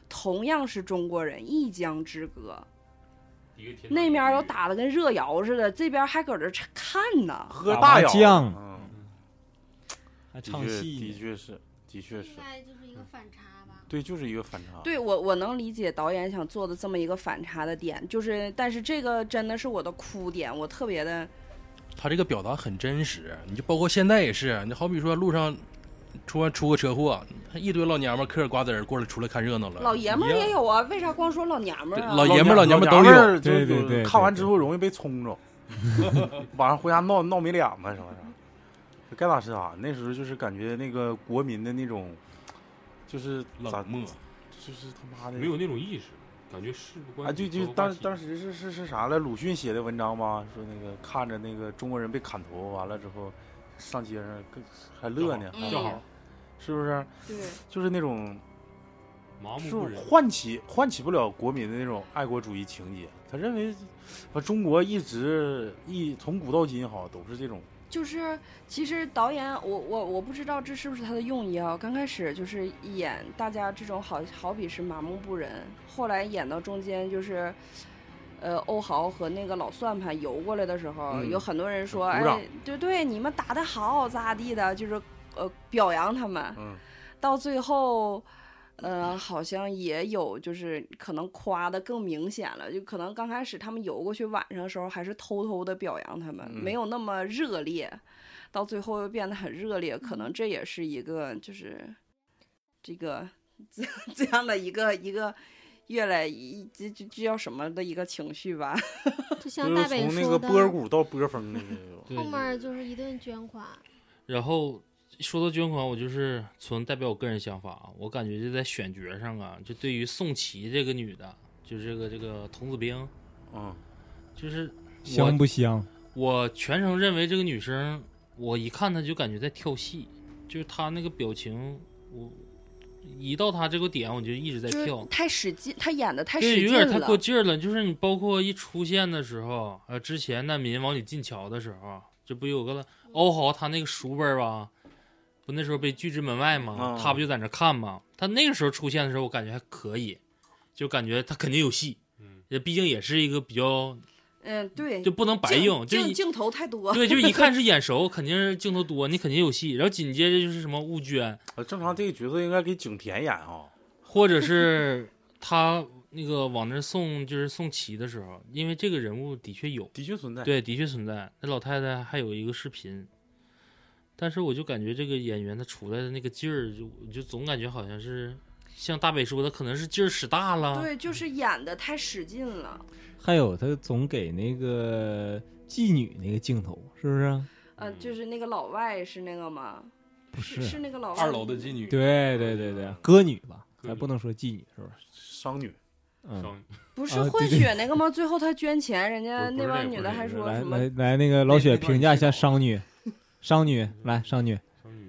同样是中国人，一江之隔。 一个天那面又打得跟热窑似的，这边还搁这看呢。 打喝大窑麻将嗯， 还唱戏呢， 的确是，的确是应，该就是一个反差吧。 对，就是一个反差。 对我能理解导演想做的这么一个反差的点，就是但是这个真的是我的哭点，我特别的他这个表达很真实，你就包括现在也是，你好比说路上出个车祸，一堆老娘们嗑着瓜子儿过来出来看热闹了， 老爷们儿也有啊，为啥光说老娘们儿啊？ 老爷们儿都有。 有， 对对对看完之后容易被冲着，晚上回家闹没脸子是不是？该咋是咋。那时候就是感觉那个国民的那种，就是咋冷漠， 就是他妈的没有那种意识，感觉事不关啊， 己。 就当时是啥了？鲁迅写的文章吗？说那个看着那个中国人被砍头，完了之后上街上还乐呢， 嗯叫好， 是不是？ 对， 就是那种是麻木不仁。 唤起不了国民的那种爱国主义情节。他认为，中国一直从古到今好像都是这种。 就是其实导演我不知道这是不是他的用意啊。刚开始就是演大家这种好比是麻木不仁，后来演到中间就是。欧豪和那个老算盘游过来的时候，有很多人说：“ 鼓掌哎，对，你们打得好，咋地的？”就是表扬他们。到最后，好像也有就是可能夸的更明显了，就可能刚开始他们游过去晚上的时候，还是偷偷的表扬他们，没有那么热烈。到最后又变得很热烈，可能这也是一个就是这样的一个。越来这叫什么的一个情绪吧， 就像大北从那说的， 个波谷到波峰那个， 后面就是一顿捐款。 然后说到捐款，我就是纯代表我个人想法啊，我感觉就在选角上啊，就对于宋琦这个女的，就是这个童子兵，就是香不香？ 我全程认为这个女生，我一看她就感觉在跳戏，就是她那个表情，我。一到他这个点，我就一直在跳， 太使劲，他演的太对， 使劲了， 有点太过劲儿了。就是你包括一出现的时候，之前难民往里进桥的时候，这不有个欧豪他那个叔辈吧，不那时候被拒之门外吗？他不就在那看吗？他那个时候出现的时候，我感觉还可以，就感觉他肯定有戏，毕竟也是一个比较。 对， 就不能白用，就镜头太多。 对，就是一看是眼熟，肯定是镜头多，你肯定有戏。然后紧接着就是什么雾娟， 正常这个角色应该给景甜演啊， 或者是他那个往那送就是宋琦的时候，因为这个人物的确存在， 对，的确存在。那老太太还有一个视频，但是我就感觉这个演员他出来的那个劲儿，就总感觉好像是像大北说的，可能是劲儿使大了， 对，就是演的太使劲了。 还有他总给那个妓女那个镜头，是不是？ 就是那个老外是那个吗？ 不是那个老外 2楼的妓女。 对，歌女吧，咱不能说妓女，是不是？ 商女。 不是混血那个吗？最后他捐钱，人家那帮女的还说什么？ 来，那个老雪评价一下商女，商女来，商女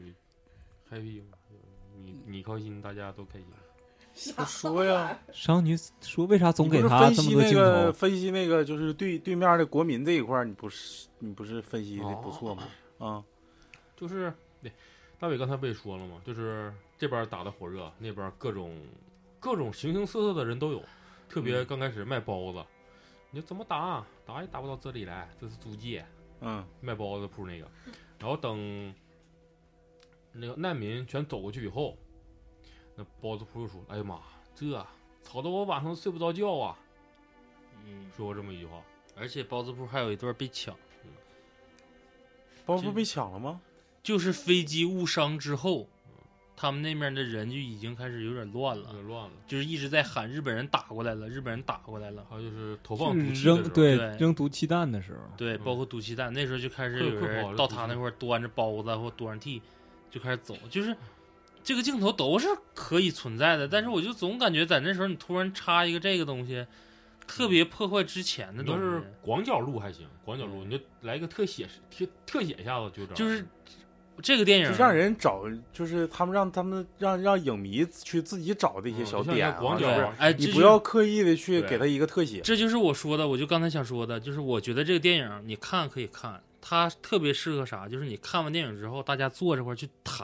，happy， 你开心，大家都开心。 我说呀， 商女说为啥总给他这么多镜头？ 分析那个就是对面的国民这一块，你不是分析的不错吗？ 就是对，大伟刚才不也说了吗？就是这边打的火热，那边各种形形色色的人都有。特别刚开始卖包子，你怎么打也打不到这里来，这是租界。卖包子铺那个，然后等那个难民全走过去以后。那包子铺就说：“哎呀妈，这吵得我晚上睡不着觉啊！”说过这么一句话。 而且包子铺还有一段被抢， 包子铺被抢了吗？ 就是飞机误伤之后，他们那边的人就已经开始有点乱了，就是一直在喊日本人打过来了，日本人打过来了。 还有就是投放毒气的时候， 扔毒气弹的时候， 对，包括毒气弹，那时候就开始有人到他那块端着包子或端着屉就开始走，就是。这个镜头都是可以存在的，但是我就总感觉在那时候你突然插一个这个东西，特别破坏之前的东西。 是广角录还行，广角录你就来一个特写一下子就是这个电影就让人找，就是让影迷去自己找这些小点， 广角你不要刻意的去给他一个特写。 这就是我说的，我就刚才想说的，就是我觉得这个电影你看可以看，它特别适合啥，就是你看完电影之后，大家坐这块去谈。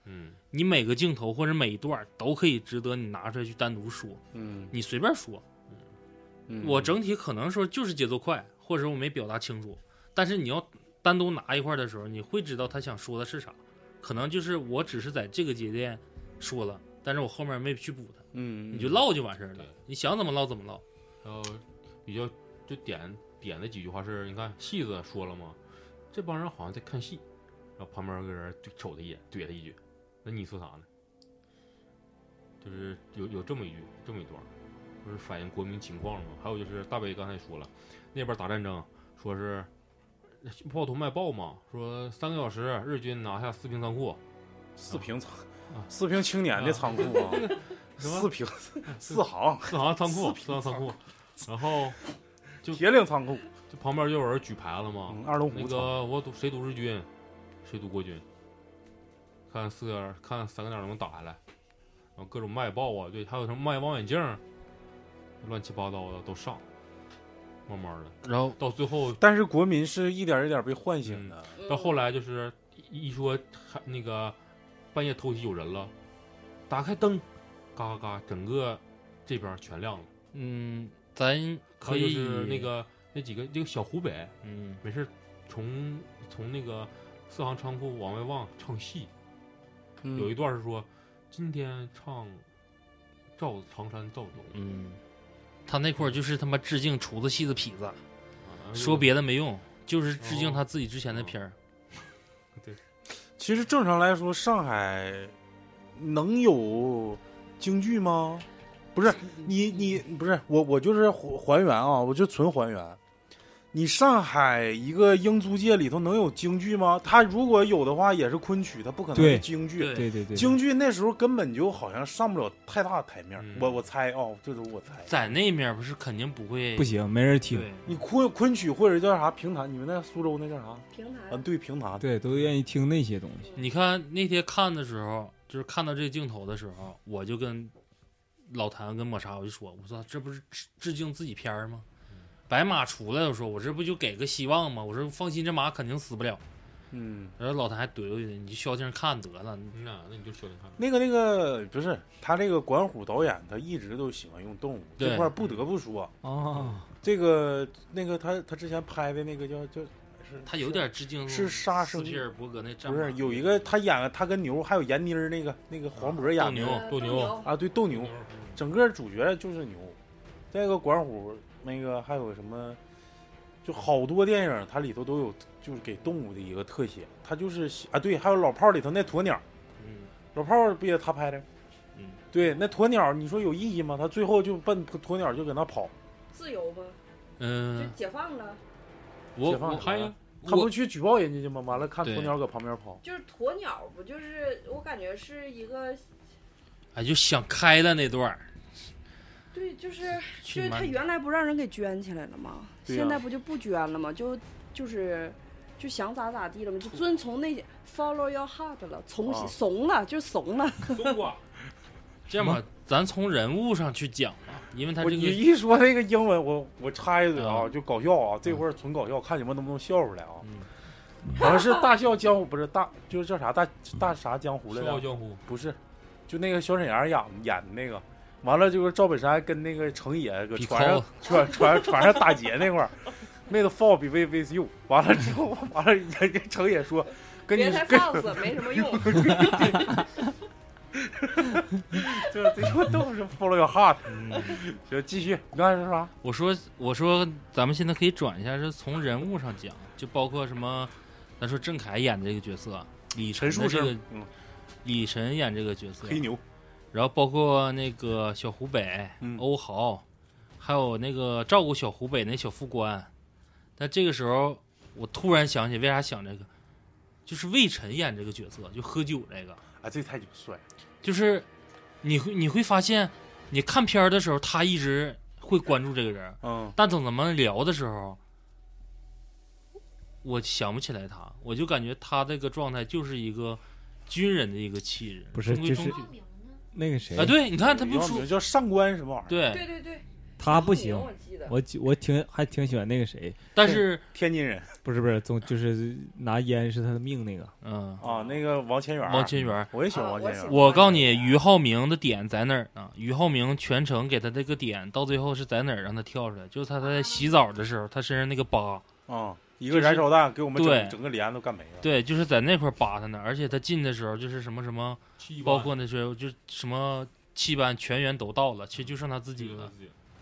你每个镜头或者每一段都可以值得你拿出来去单独说，你随便说，我整体可能说就是节奏快，或者我没表达清楚，但是你要单独拿一块的时候，你会知道他想说的是啥，可能就是我只是在这个节点说了，但是我后面没去补它，你就唠就完事儿了，你想怎么唠怎么唠。 然后比较就点的几句话是，你看戏子说了嘛，这帮人好像在看戏，然后旁边有个人就瞅他一眼，怼他一句，那你说啥呢？就是有这么一段，就是反映国民情况了嘛。还有就是大北刚才说了，那边打战争，说是炮头卖报嘛，说3个小时日军拿下4平仓库 ，4平青年的仓库啊，4平4行仓库，然后就铁岭仓库， 就旁边就有人举牌了嘛， 二龙湖那个谁赌日军，谁赌国军，看3个点能不能打下来，然后各种卖报啊，对，还有什么卖望远镜，乱七八糟的都上，慢慢的， 然后到最后， 但是国民是一点一点被唤醒的， 到后来就是一说那个半夜偷袭有人了，打开灯，嘎嘎嘎，整个这边全亮了。 咱可以就是那几个这个小湖北，没事从那个4行仓库往外望唱戏，有一段是说今天唱长山赵总， 他那块儿就是他妈致敬厨子戏子痞子，说别的没用，就是致敬他自己之前的片儿。 对， 其实正常来说，上海能有京剧吗？不是你不是我就是还原啊，我就纯还原。你上海一个英租界里头能有京剧吗？他如果有的话，也是昆曲，他不可能是京剧。 对， 京剧那时候根本就好像上不了太大的台面。我猜啊，这都是我猜。 在那面不是肯定不会， 不行，没人听。 你昆曲或者叫啥评弹，你们那苏州那叫啥？ 评弹。 对，评弹。 对，都愿意听那些东西。 你看那天看的时候，就是看到这个镜头的时候，我就跟老谭跟抹茶我就说，我说这不是致敬自己片儿吗？白马出来，我说我这不就给个希望吗？我说放心，这马肯定死不了。然后老谭还怼我一句，你就消停看得了。 那你就消停看。 那个不是他这个管虎导演，他一直都喜欢用动物这块，不得不说这个那个他之前拍的那个叫是他有点致敬是杀生斯皮尔伯格那战不是有一个他演他跟牛还有闫妮儿那个黄渤演的斗牛啊，对，斗牛，整个主角就是牛。再一个管虎那个还有什么，就好多电影它里头都有就是给动物的一个特写，他就是啊对，还有老炮里头那鸵鸟，老炮不也他拍的，对，那鸵鸟你说有意义吗？他最后就奔鸵鸟就搁那跑， 自由吗？就解放了。 我还他不去举报人家去吗？完了看鸵鸟搁旁边跑， 就是鸵鸟不就是我感觉是一个， 就想开了那段。 对，就是他原来不让人给圈起来了吗？现在不就不圈了吗？就是想咋地了吗？就遵从那些 follow your heart 了，怂了就怂了。 松瓜， 这样吧，咱从人物上去讲吧，因为他这个你一说那个英文，我插一嘴啊，就搞笑啊，这会儿纯搞笑，看你们能不能笑出来啊。好像是大笑江湖，不是就是叫啥大啥江湖来着？ 笑傲江湖不是，就那个小沈阳演的那个。完了就是赵本山跟那个程野搁船上打劫那块儿，妹子 fall be with you。完了之后，完了人家程野说，跟你别太 false 没什么用。这都是 follow your heart。行，继续，你刚才说啥？ 我说，咱们现在可以转一下，是从人物上讲，就包括什么，咱说郑恺演的这个角色，李晨的这个，李晨演这个角色， 黑牛。 然后包括那个小湖北、欧豪，还有那个照顾小湖北那小副官。但这个时候，我突然想起，为啥想这个，就是魏晨演这个角色，就喝酒这个啊，这太帅。 就是你会发现，你看片的时候，他一直会关注这个人，但等咱们聊的时候，我想不起来他，我就感觉他这个状态就是一个军人的一个气质， 不是就是。那个谁啊？对，你看他不说叫上官什么玩意儿？ 对， 对， 他不行我记得我还挺喜欢那个谁， 但是天津人不是，就是拿烟是他的命那个。 啊，那个王千源， 王千源， 我也喜欢王千源。 我告诉你，俞灏明的点在哪儿呢？俞灏明全程给他这个点，到最后是在哪儿让他跳出来？就是他在洗澡的时候，他身上那个疤。 一个燃烧弹给我们对整个连都干没了。 对，就是在那块扒他呢。而且他进的时候就是什么，包括那时候就什么气班全员都到了，其实就剩他自己了。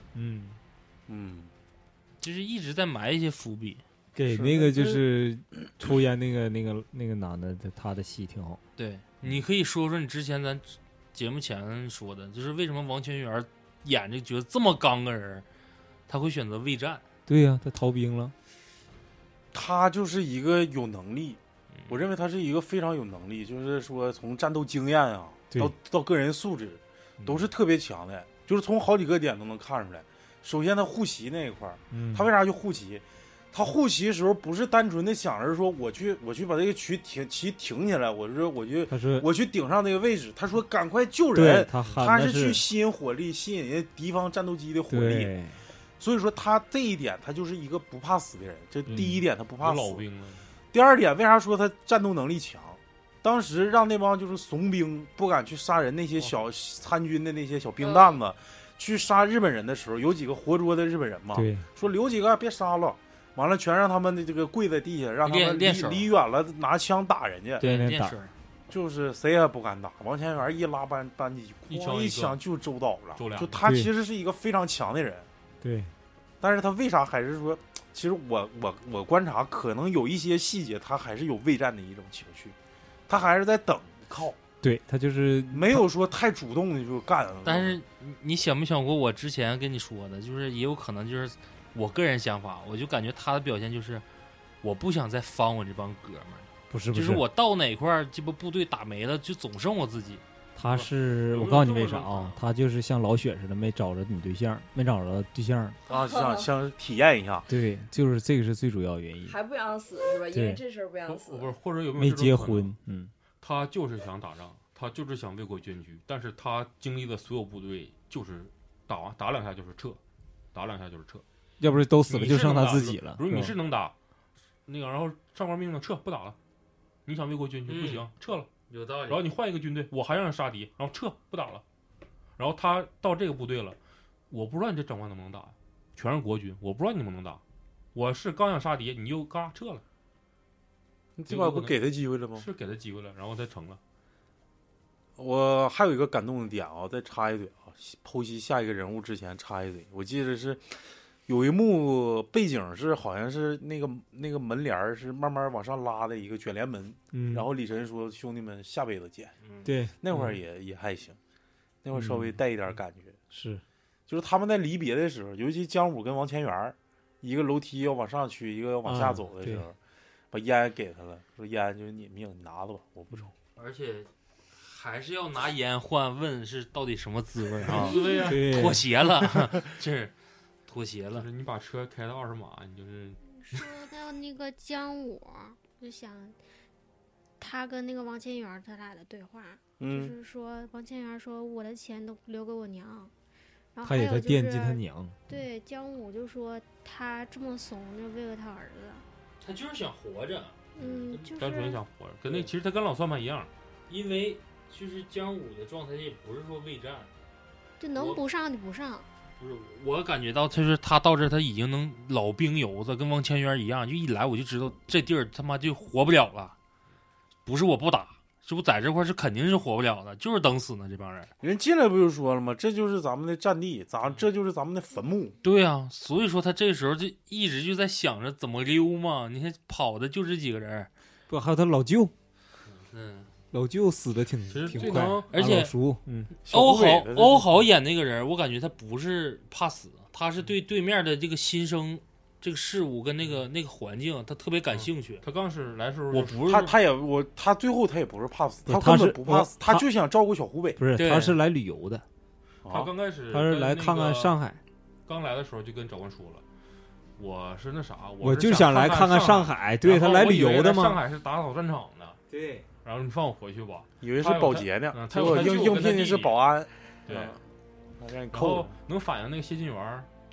就是一直在埋一些伏笔。 给那个就是抽烟那个男的，他的戏挺好。 对，你可以说说你之前咱节目前说的，就是为什么王千源演这个角色这么刚个人，他会选择畏战？ 对呀，他逃兵了。 他就是一个有能力，我认为他是一个非常有能力，就是说从战斗经验啊，到个人素质，都是特别强的，就是从好几个点都能看出来。首先他护旗那一块儿，他为啥去护旗？他护旗的时候不是单纯的想着说我去把这个旗挺起来，我去顶上那个位置。他说赶快救人，他是去吸引火力，吸引人敌方战斗机的火力。所以说他这一点他就是一个不怕死的人，这第一点他不怕死。 老兵了。 第二点，为啥说他战斗能力强？当时让那帮就是怂兵不敢去杀人，那些小参军的那些小兵蛋子，去杀日本人的时候，有几个活捉的日本人嘛，说留几个别杀了，完了全让他们的这个跪在地下，让他们离远了拿枪打人家。 对，打。 就是谁也不敢打，王千源一拉扳机，一枪就周倒了。就他其实是一个非常强的人。 对。 但是他为啥还是说，其实我观察可能有一些细节，他还是有畏战的一种情绪，他还是在等靠。 对，他就是没有说太主动的就干。 但是你想没想过我之前跟你说的，就是也有可能就是我个人想法，我就感觉他的表现就是我不想再帮我这帮哥们儿， 不是， 就是我到哪块儿这不部队打没了，就总剩我自己。 他是我告诉你为啥啊？他就是像老雪似的，没找着女对象，没找着对象啊，想体验一下。 对，就是这个是最主要原因。 还不想死是吧？因为这事儿不想死。 不是，或者有没结婚？ 他就是想打仗，他就是想为国捐躯，但是他经历的所有部队就是打两下就是撤，打两下就是撤。 要不是都死了，就剩他自己了。 如果你是能打，那个然后上官命令撤，不打了。你想为国捐躯不行，撤了。 有道理。 然后你换一个军队，我还让人杀敌，然后撤不打了。然后他到这个部队了，我不知道你这长官能不能打，全是国军，我不知道你能不能打。我是刚想杀敌，你又嘎撤了。 你这把不给他机会了吗？ 是给他机会了，然后再成了。 我还有一个感动的点啊，再插一嘴啊，剖析下一个人物之前插一嘴，我记得是。有一幕背景是好像是那个门帘是慢慢往上拉的一个卷帘门，然后李晨说兄弟们下辈子见。 对， 那会儿也还行，那会儿稍微带一点感觉。 是， 就是他们在离别的时候，尤其姜武跟王千源，一个楼梯要往上去，一个要往下走的时候，把烟给他了，说烟就是你命，你拿着吧，我不抽。 而且还是要拿烟换，问是到底什么滋味啊？ 对， 妥协了，这是。妥协了， 就是你把车开到20码，你就是说到那个姜武，就想他跟那个王千源他俩的对话，就是说王千源说我的钱都留给我娘，然后他也在惦记他娘。 对，姜武就说他这么怂，就为了他儿子， 他就是想活着， 就是单纯想活着，跟那其实他跟老算盘一样， 因为就是姜武的状态也不是说畏战， 就能不上就不上。 不是，我感觉到就是他到这他已经能老兵油子，跟王千源一样，就一来我就知道这地儿他妈就活不了了。不是我不打，这不在这块是肯定是活不了的，就是等死呢这帮人。 人进来不就说了吗？这就是咱们的战地，这就是咱们的坟墓。 对啊，所以说他这时候就一直就在想着怎么溜嘛。你看跑的就这几个人， 不还有他老舅，老舅死的挺快， 而且叔， 欧豪演那个人，我感觉他不是怕死，他是对对面的这个新生这个事物跟那个环境，他特别感兴趣。 他刚是来的时候， 我不是他最后他也不是怕死，他根本不怕死，他就想照顾小湖北。 不是，他是来旅游的， 他刚开始他是来看看上海。 刚来的时候就跟长官说了，我是那啥， 我就想来看看上海。对，他来旅游的嘛。 上海是打扫战场的。 对。 然后你放我回去吧， 以为是保洁呢， 结果应聘的是保安。 对，然后能反映那个谢晋元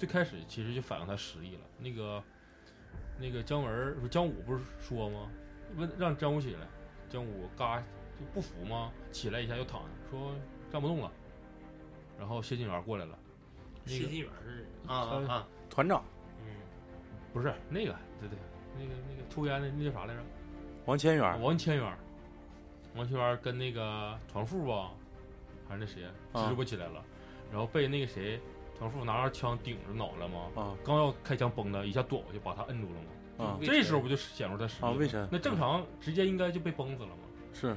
最开始其实就反映他实力了。那个姜文说姜武不是说吗？问让姜武起来，姜武嘎就不服吗？起来一下又躺下，说站不动了。然后谢晋元过来了， 谢晋元是啊， 团长， 不是那个，对，那个抽烟的那叫啥来着？ 王千源， 王千源跟那个团副吧，还是那谁支不起来了，然后被那个谁团副拿着枪顶着脑了吗？刚要开枪崩的，一下躲过去把他摁住了吗？这时候不就显出他实力了？ 为啥？ 那正常直接应该就被崩死了吗？ 是，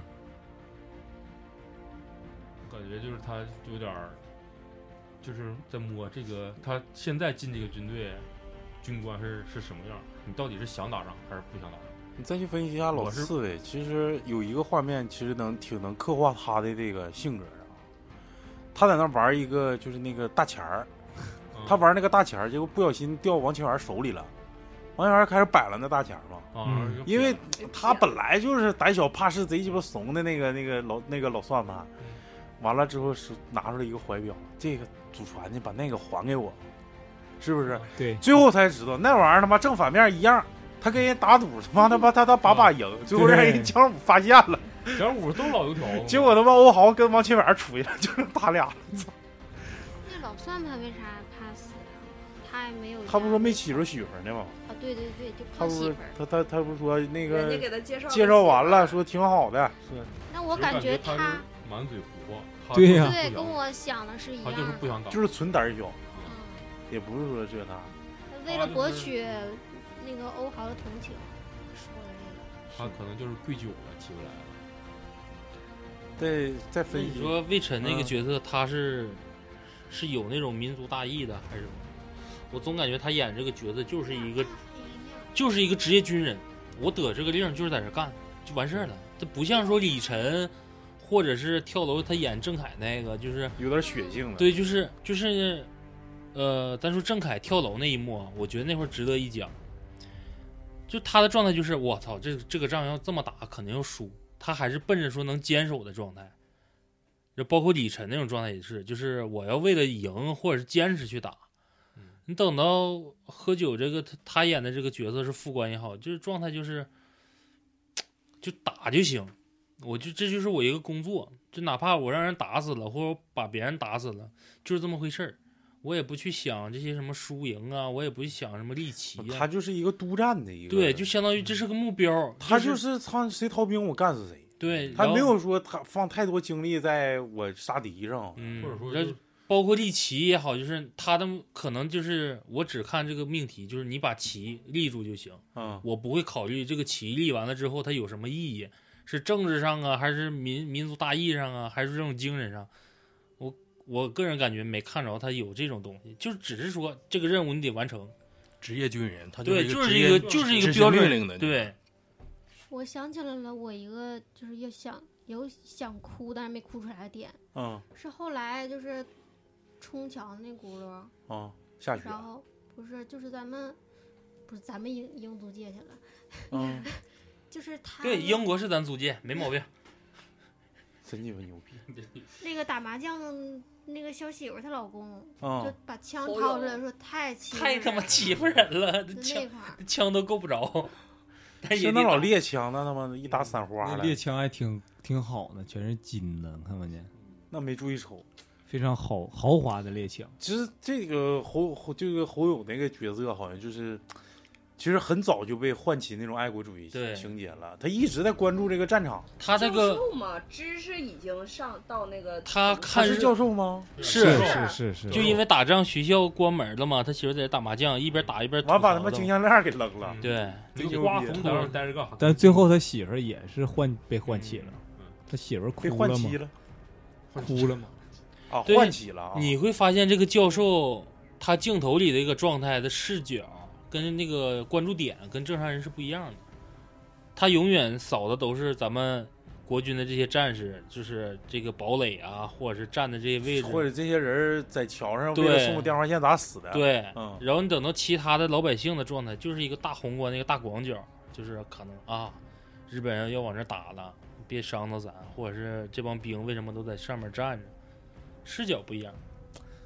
感觉就是他有点就是在摸这个，他现在进这个军队，军官是什么样？你到底是想打仗还是不想打仗？ 你再去分析一下老刺猬，其实有一个画面，其实挺能刻画他的这个性格啊。他在那玩一个就是那个大钱儿，他玩那个大钱儿，结果不小心掉王千源手里了，王千源开始摆了那大钱嘛。因为他本来就是胆小怕事、贼鸡巴怂的那个老算盘，完了之后是拿出来一个怀表，这个祖传的，把那个还给我，是不是？ 对， 最后才知道那玩意儿他妈正反面一样。他跟人打赌，他妈他把赢，最后让人姜武发现了。 姜武都老油条， 结果他妈欧豪跟王千源出去了，就剩他俩。 那老算盘为啥怕死呀？他也没有。 他不说没娶着媳妇呢吗？ 啊，对，就靠媳妇儿。他不是说那个人家给他介绍完了，说挺好的。是。 那我感觉他满嘴胡话。 对呀。 对，跟我想的是一样。 他就是不想打， 就是纯胆小。也不是说这他。 为了博取。那个欧豪的同情，说的这个， 他可能就是跪久了起不来了。 对，再分析。 你说魏晨那个角色，他是有那种民族大义的，还是什么？我总感觉他演这个角色就是一个职业军人，我得这个令就是在这干就完事儿了。他不像说李晨，或者是跳楼他演郑恺那个，就是有点血性了。 对，就是。单说郑恺跳楼那一幕，我觉得那会儿值得一讲。就他的状态就是我操，这个仗要这么打肯定要输，他还是奔着说能坚守的状态。就包括李晨那种状态也是，就是我要为了赢或者是坚持去打。你等到喝酒这个他演的这个角色是副官也好，就是状态就是就打就行，这就是我一个工作，就哪怕我让人打死了，或者把别人打死了，就是这么回事儿。我也不去想这些什么输赢啊，我也不去想什么利旗啊。 他就是一个督战的一个， 对，就相当于这是个目标。 他就是谁逃兵我干死谁。 对， 他没有说他放太多精力在我杀敌上， 或者说包括立旗也好，就是他的可能就是我只看这个命题，就是你把旗立住就行。我不会考虑这个旗立完了之后它有什么意义，是政治上啊，还是民族大义上啊，还是这种精神上。我个人感觉没看着他有这种东西，就只是说这个任务你得完成。 职业军人，他对， 就是一个标准命令的。 对， 我想起来了，我一个就是有想哭但是没哭出来的点，是后来就是冲墙那轱辘下雪， 然后不是咱们英租界去了，就是他对英国是咱租界没毛病， 真鸡巴牛逼。 那个打麻将那个小媳妇她老公就把枪掏出来说太他妈欺负人了，枪都够不着。 是那老猎枪，那他妈一打散花了。 猎枪还挺好的，全是金的，看没见？ 那没注意瞅， 非常豪华的猎枪。 其实这个侯勇那个角色好像就是。其实很早就被唤起那种爱国主义情节了，他一直在关注这个战场。 他这个教授嘛，知识已经上到那个。 他是教授吗？ 是， 就因为打仗学校关门了嘛，他媳妇在这打麻将，一边打一边完把他妈金项链给扔了。 对， 刮红灯待着干啥？ 但最后他媳妇也是被唤起了，他媳妇被唤起了， 哭了吗？ 唤起了。 你会发现这个教授他镜头里的一个状态的视角。跟那个关注点跟正常人是不一样的，他永远扫的都是咱们国军的这些战士，就是这个堡垒啊，或者是站的这些位置， 或者这些人在桥上为了送电话线咋死的。 对，然后你等到其他的老百姓的状态，就是一个大宏观那个大广角，就是可能日本人要往这打了，别伤到咱，或者是这帮兵为什么都在上面站着，视角不一样。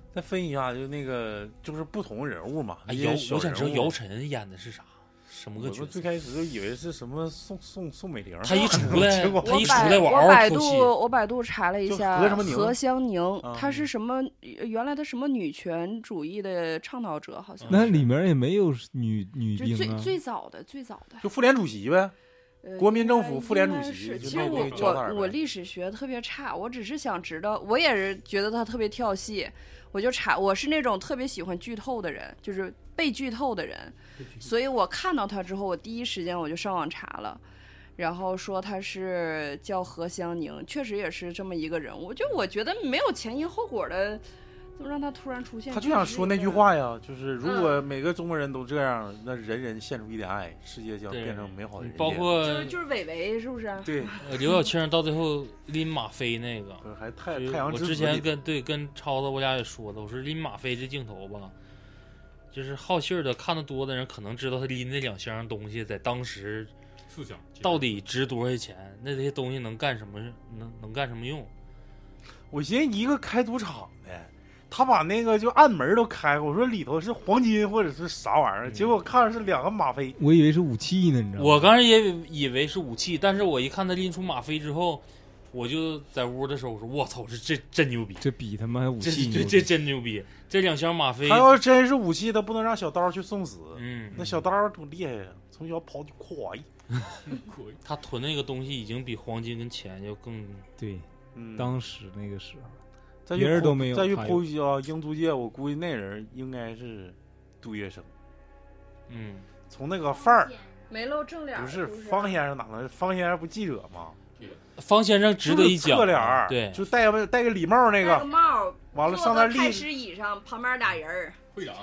再分析一下，就那个就是不同人物嘛。 哎， 一些小我想知道人物姚晨演的是啥，什么个角色？ 我们最开始就以为是什么宋美龄， 他一出来结果他一出来我嗷嗷吐血。 我百度查了一下， 就何什么宁何香凝， 啊她是什么？原来的什么女权主义的倡导者，好像那里面也没有女就兵啊。 最早的。 就妇联主席呗。国民政府妇联主席应该是就其实那个脚杆儿呗我历史学特别差，我只是想知道，我也是觉得他特别跳戏，我就查，我是那种特别喜欢剧透的人，就是被剧透的人，所以我看到他之后，我第一时间我就上网查了。然后说他是叫何香凝，确实也是这么一个人物。就我觉得没有前因后果的，怎么让他突然出现？ 他就想说那句话呀，就是如果每个中国人都这样，那人人献出一点爱，世界将变成美好的人间。 包括就是伟伟，是不是？ 对， 刘晓庆到最后拎吗啡那个， 还太就是阳之子我之前里跟超子我俩也说的，我说拎吗啡这镜头吧，就是好信儿的看得多的人可能知道他拎那2箱东西在当时 4箱到底值多少钱，那这些东西能干什么？能干什么用？ 我寻思一个开赌场的，他把那个就暗门都开，我说里头是黄金或者是啥玩意儿，结果看着是2个吗啡。 我以为是武器呢，你知道吗？ 我刚才也以为是武器，但是我一看他拎出吗啡之后，我就在屋的时候我说我操，这真牛逼， 这比他妈武器牛逼这真牛逼，这2箱吗啡他，要真是武器，他不能让小刀去送死。那小刀多厉害呀，从小跑就咵一。 他囤那个东西已经比黄金跟钱要更对， 嗯， 当时那个时候， 再别人都没有再去他有剖析啊，英租界，我估计那人应该是杜月笙。从那个范儿， 没露正脸， 不是方先生哪能？方先生不记者吗？ 方先生值得一讲， 侧脸儿， 对， 就戴个礼帽那戴个帽， 完了上那立开师椅上，旁边俩人儿， 会长，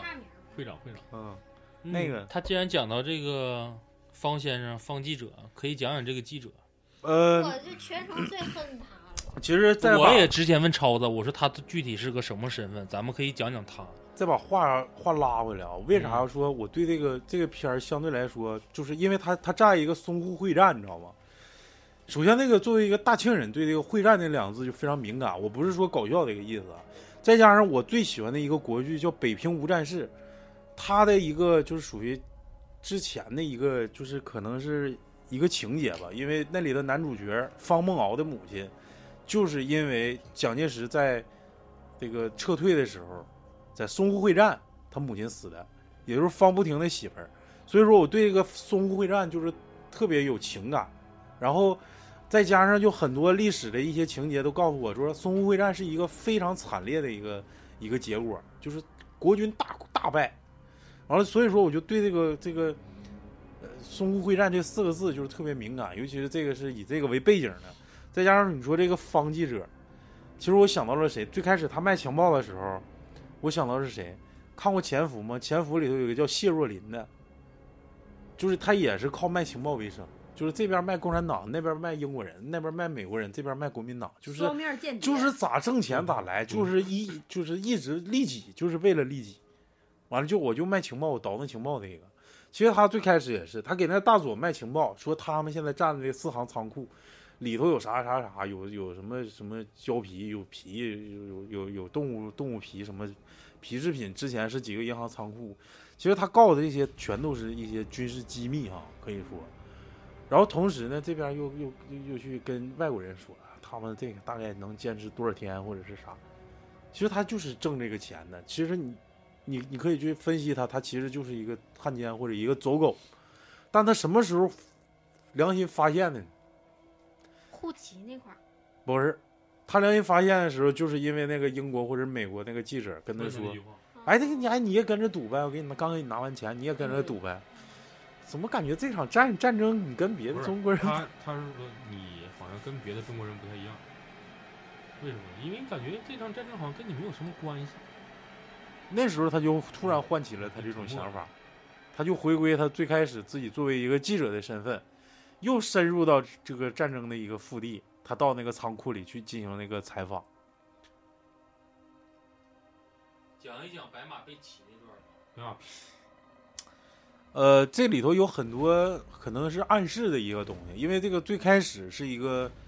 那个他既然讲到这个方先生，方记者，可以讲讲这个记者。 我就全程最恨他了。 其实再我也之前问超子，我说他具体是个什么身份，咱们可以讲讲他。 再把话拉回来啊，为啥要说我对这个片儿相对来说，就是因为他占一个淞沪会战，你知道吗？首先，那个作为一个大庆人，对这个会战那2个字就非常敏感。我不是说搞笑的一个意思，再加上我最喜欢的一个国剧叫《北平无战事》，它的一个就是属于之前的一个，就是可能是一个情节吧，因为那里的男主角方梦敖的母亲，就是因为蒋介石在这个撤退的时候，在淞沪会战，他母亲死的，也就是方不停的媳妇儿，所以说我对这个淞沪会战就是特别有情感，然后再加上就很多历史的一些情节都告诉我说，淞沪会战是一个非常惨烈的一个结果，就是国军大败，完了，所以说我就对这个淞沪会战这4个字就是特别敏感，尤其是这个是以这个为背景的，再加上你说这个方记者，其实我想到了谁？最开始他卖情报的时候，我想到是谁？看过《潜伏》吗？《潜伏》里头有一个叫谢若琳的，就是他也是靠卖情报为生。就是这边卖共产党，那边卖英国人，那边卖美国人，这边卖国民党，就是双面间谍， 就是咋挣钱咋来，就是一直利己，就是为了利己。完了我就卖情报，我倒腾情报这个。其实他最开始也是，他给那大佐卖情报，说他们现在占的4行仓库，里头有啥，有什么胶皮，有皮，有动物皮，什么皮制品，之前是几个银行仓库。其实他告的这些全都是一些军事机密哈，可以说。然后同时呢，这边又去跟外国人说，他们这个大概能坚持多少天或者是啥。其实他就是挣这个钱的。其实你可以去分析他其实就是一个汉奸或者一个走狗，但他什么时候良心发现的呢？ 护旗那块儿不是，他良心发现的时候，就是因为那个英国或者美国那个记者跟他说，哎，你也跟着赌呗，我刚给你拿完钱，你也跟着赌呗。怎么感觉这场战争你跟别的中国人？ 他是说你好像跟别的中国人不太一样，为什么？因为感觉这场战争好像跟你没有什么关系。 那时候他就突然唤起了他这种想法，他就回归他最开始自己作为一个记者的身份，又深入到这个战争的一个腹地，他到那个仓库里去进行那个采访。 讲一讲白马被骑那段吧。 白马这里头有很多可能是暗示的一个东西，因为这个最开始是一个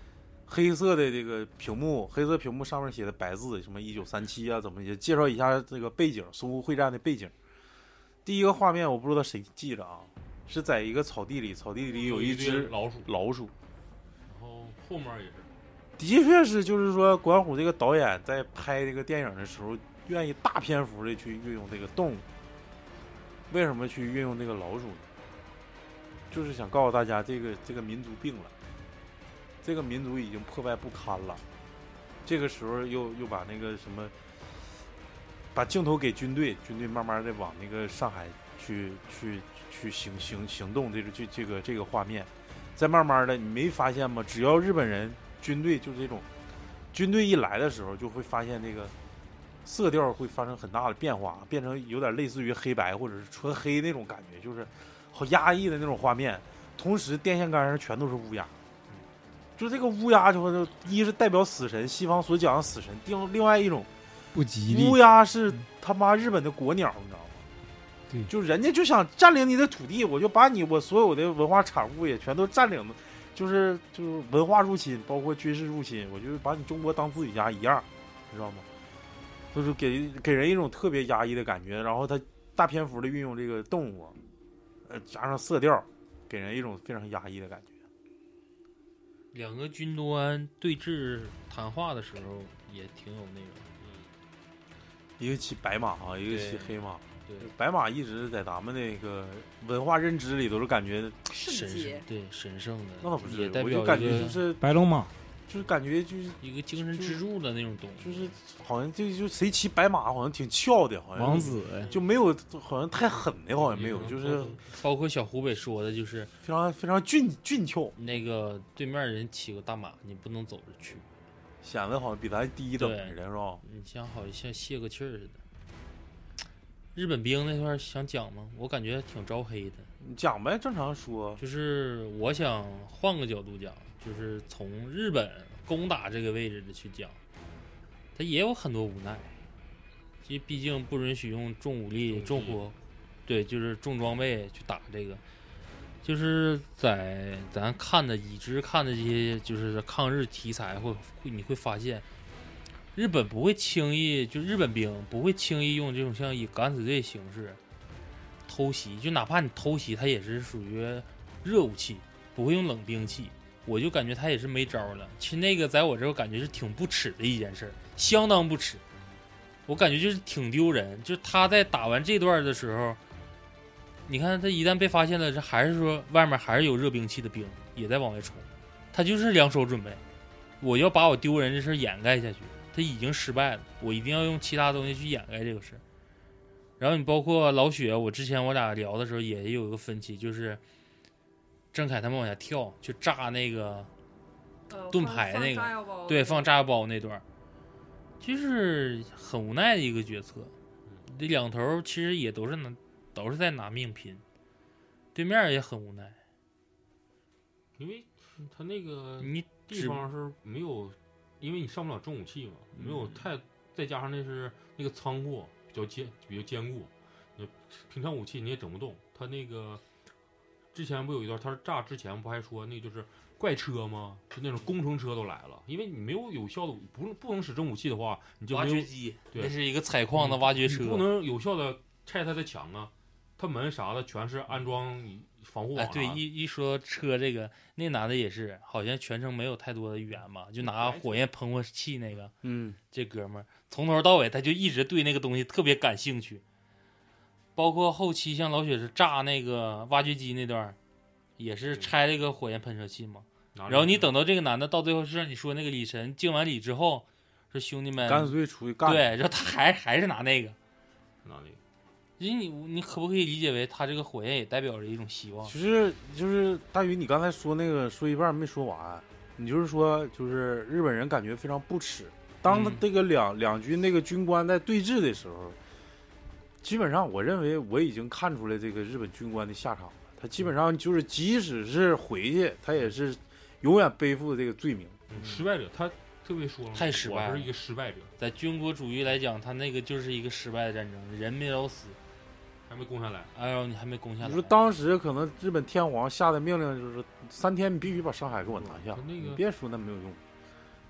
黑色的这个屏幕，黑色屏幕上面写的白字，什么1937啊，怎么也介绍一下这个背景，淞沪会战的背景。第一个画面我不知道谁记着啊，是在一个草地里，草地里有一只老鼠， 然后后面也是。 的确是，就是说管虎这个导演在拍这个电影的时候，愿意大篇幅的去运用这个动物。为什么去运用这个老鼠呢？就是想告诉大家，这个民族病了，这个民族已经破败不堪了。这个时候又把那个什么，把镜头给军队，军队慢慢的往那个上海去行动，这个画面，再慢慢的，你没发现吗？只要日本人军队就是这种，军队一来的时候，就会发现这个色调会发生很大的变化，变成有点类似于黑白或者是纯黑那种感觉，就是好压抑的那种画面。同时电线杆上全都是乌鸦，就这个乌鸦就一是代表死神，西方所讲的死神，另外一种不吉利。 乌鸦是他妈日本的国鸟，你知道吗？ 对， 就人家就想占领你的土地，我就把我所有的文化产物也全都占领了，就是文化入侵，包括军事入侵，我就把你中国当自己家一样，你知道吗？就是给人一种特别压抑的感觉，然后他大篇幅的运用这个动物，加上色调，给人一种非常压抑的感觉。 两个军端对峙谈话的时候也挺有内容。 一个骑白马啊，一个骑黑马。 对， 白马一直在咱们那个文化认知里都是感觉神圣，对神圣的。 那倒不是， 也代表我就感觉就是白龙马， 就是感觉就是一个精神支柱的那种东西， 就是好像就谁骑白马好像挺俏的，好像王子就没有好像太狠的，好像没有，就是包括小湖北说的就是非常非常俊俏。 那个对面人骑个大马，你不能走着去， 显得好像比咱低一等似的，是吧？ 你像好像泄个气儿似的。日本兵那块想讲吗？我感觉挺招黑的。 你讲呗，正常说。 就是我想换个角度讲，就是从日本攻打这个位置的去讲，他也有很多无奈。其实毕竟不允许用重武力、重火，对，就是重装备去打这个。就是在咱看的已知看的这些就是抗日题材，你会发现。日本不会轻易，就日本兵不会轻易用这种像以敢死队形式偷袭，就哪怕你偷袭，它也是属于热武器，不会用冷兵器。我就感觉他也是没招了。其实那个在我这儿，我感觉是挺不耻的一件事，相当不耻。我感觉就是挺丢人。就是他在打完这段的时候，你看他一旦被发现了，这还是说外面还是有热兵器的兵也在往外冲，他就是两手准备，我要把我丢人这事掩盖下去。他已经失败了，我一定要用其他东西去掩盖这个事。然后你包括老雪，我之前我俩聊的时候也有一个分歧，就是郑恺他们往下跳去炸那个盾牌那个，对，放炸药包那段，就是很无奈的一个决策。这两头其实也都是在拿命拼，对面也很无奈， 因为他那个你地方是没有。因为你上不了重武器嘛，没有太，再加上那是那个仓库比较坚固，你平常武器你也整不动。他那个之前不有一段，他是炸之前不还说那就是怪车吗？就那种工程车都来了，因为你没有效的不能使重武器的话，你就挖掘机，那是一个采矿的挖掘车， 你不能有效的拆它的墙啊，它门啥的全是安装防护网。 对，一说车这个，那男的也是，好像全程没有太多的语言嘛，就拿火焰喷火器那个，这哥们儿从头到尾他就一直对那个东西特别感兴趣。包括后期像老雪是炸那个挖掘机那段，也是拆这个火焰喷射器嘛。然后你等到这个男的到最后是让你说那个李晨敬完礼之后，说兄弟们， 干脆出去干。 对，然后他还是拿那个。 因为你可不可以理解为他这个火焰也代表着一种希望？ 其实就是大宇，你刚才说那个说一半没说完，你就是说就是日本人感觉非常不耻。当这个两军那个军官在对峙的时候，基本上我认为我已经看出来这个日本军官的下场了。他基本上就是即使是回去，他也是永远背负这个罪名。 失败者，他特别说了， 太失败了， 我是一个失败者。 在军国主义来讲，他那个就是一个失败的战争，人没老死。 还没攻下来， 哎呦，你还没攻下来。 你说当时可能日本天皇下的命令就是3天你必须把上海给我拿下， 那个你别说那没有用。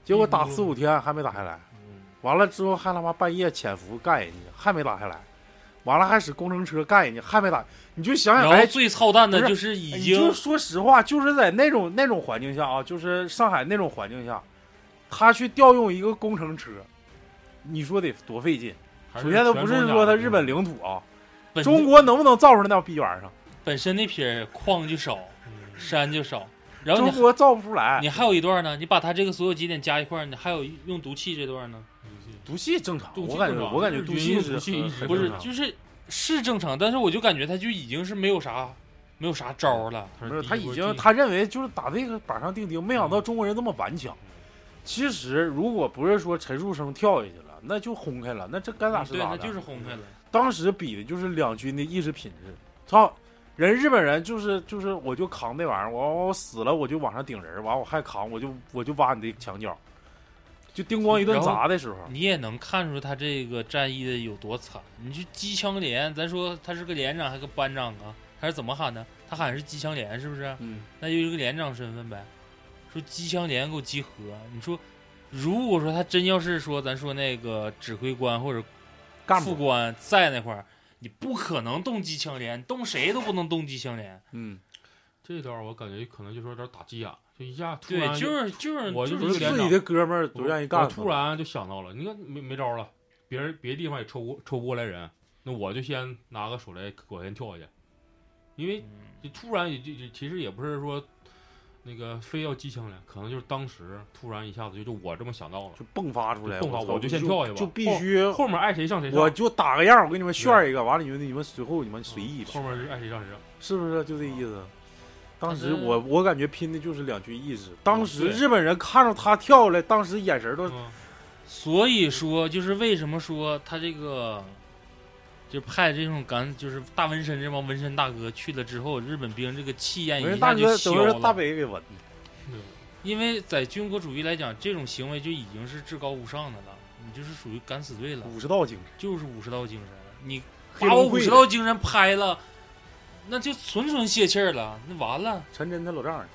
结果打4、5天还没打下来。完了之后还他妈半夜潜伏干人家，还没打下来。完了还使工程车干人家，还没打。你就想想， 然后最操蛋的就是已你经就说实话，就是在那种环境下啊，就是上海那种环境下，他去调用一个工程车，你说得多费劲。首先，他不是说他日本领土啊，中国能不能造出那逼玩意儿？ 本身那撇矿就少，山就少，然后中国造不出来。 你还有一段呢，你把它这个所有节点加一块儿，你还有用毒气这段呢。 毒气正常，我感觉毒气是不是就是正常，但是我就感觉他就已经是没有啥招了。 不是，他认为就是打这个板上钉钉，没想到中国人这么顽强。其实如果不是说陈树生跳下去了，那就轰开了，那这该咋是咋的。 对，那就是轰开了。 当时比的就是两军的意识品质。操，日本人就是我就扛那玩意儿，我死了我就往上顶人，完我还扛，我就挖你的墙角。就叮咣一顿砸的时候， 你也能看出他这个战役的有多惨。你就机枪连，咱说他是个连长还是个班长啊？还是怎么喊的？他喊是机枪连，是不是？那就是个连长身份呗。说机枪连给我集合，你说，如果说他真要是说咱说那个指挥官或者副官在那块儿，你不可能动机枪连，动谁都不能动机枪连。 这段我感觉可能就说有点打鸡眼。就一下突然，对， 我就是自己的哥们儿都愿意干。 我突然就想到了，你看没招了，别地方也抽不过来人，那我就先拿个手雷，我先跳下去，因为就突然其实也不是说那个非要机枪连，可能就是当时突然一下子就我这么想到了， 就迸发出来， 我就先跳下去吧， 就必须后面爱谁上谁上， 我就打个样，我给你们炫一个，完了你们随后你们随意吧， 后面是爱谁上谁上， 是不是就这意思？当时我感觉拼的就是两军意识。当时日本人看着他跳下来，当时眼神都， 所以说就是为什么说他这个就派这种就是大纹身这帮纹身大哥去了之后，日本兵这个气焰一下就消了。 都是大北给纹的。 因为在军国主义来讲，这种行为就已经是至高无上的了，你就是属于敢死队了。 武士道精神就是武士道精神，你把我武士道精神拍了。那就纯泄气儿了，那完了。 陈真他老丈人，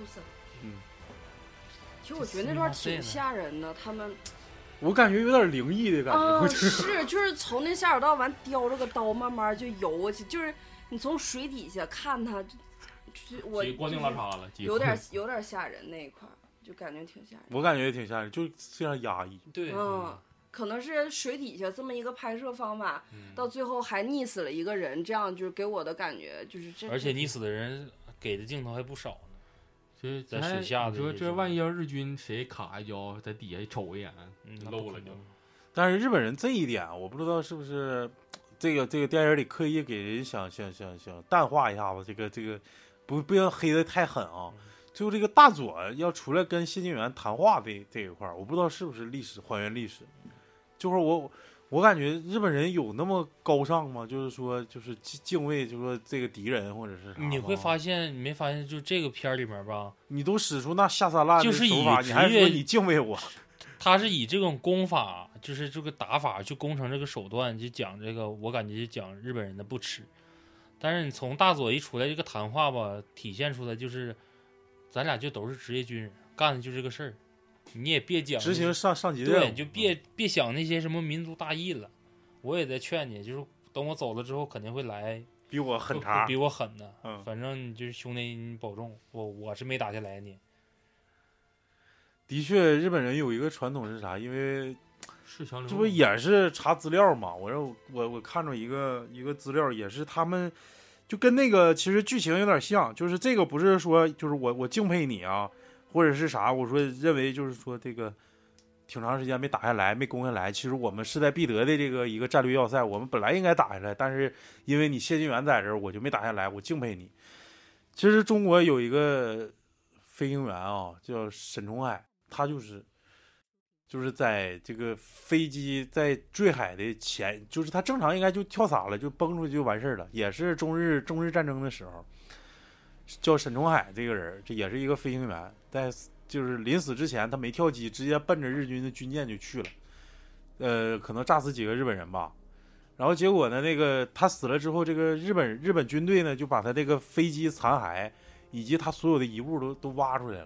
其实我觉得那段挺吓人的，他们， 我感觉有点灵异的感觉。 就是从那下水道完叼着个刀慢慢就游过去，就是你从水底下看他，我光腚拉碴了， 有点吓人那一块，就感觉挺吓人。 我感觉也挺吓人，就非常压抑。 对， 可能是水底下这么一个拍摄方法，到最后还溺死了一个人，这样就是给我的感觉就是这。 而且溺死的人给的镜头还不少呢， 就是在水下的。 你说这万一要日军谁卡一脚，在底下瞅一眼，漏了就。 但是日本人这一点，我不知道是不是这个电影里刻意给人想淡化一下子，这个不要黑的太狠啊。就这个大佐要出来跟谢晋元谈话这一块，我不知道是不是还原历史。就是我感觉日本人有那么高尚吗？就是说，就是敬畏，就是说这个敌人或者是啥？ 你会发现，你没发现，就这个片儿里面吧， 你都使出那下三滥的就是手法，你还说你敬畏我？ 他是以这种攻法，就是这个打法去攻城这个手段，就讲这个，我感觉就讲日本人的不耻。但是你从大佐一出来，这个谈话吧，体现出来就是，咱俩就都是职业军人，干的就这个事儿。你也别讲执行上级任务， 对，就别想那些什么民族大义了。我也在劝你，就是等我走了之后，肯定会来比我狠茬， 比我狠的。反正你就是兄弟，你保重。我是没打下来你。 的确，日本人有一个传统是啥？因为这不也是查资料嘛？我看着一个资料，也是他们就跟那个其实剧情有点像，就是这个不是说就是我敬佩你啊。或者是啥？我说认为就是说这个挺长时间没打下来，没攻下来。其实我们势在必得的这个一个战略要塞，我们本来应该打下来，但是因为你谢晋元在这儿，我就没打下来。我敬佩你。其实中国有一个飞行员啊，叫沈崇海，他就是在这个飞机在坠海的前，就是他正常应该就跳伞了，就崩出去就完事儿了。也是中日战争的时候。叫沈崇海这个人，这也是一个飞行员，在就是临死之前，他没跳机，直接奔着日军的军舰就去了，可能炸死几个日本人吧。然后结果呢，那个他死了之后，这个日本军队呢就把他这个飞机残骸以及他所有的遗物都挖出来了，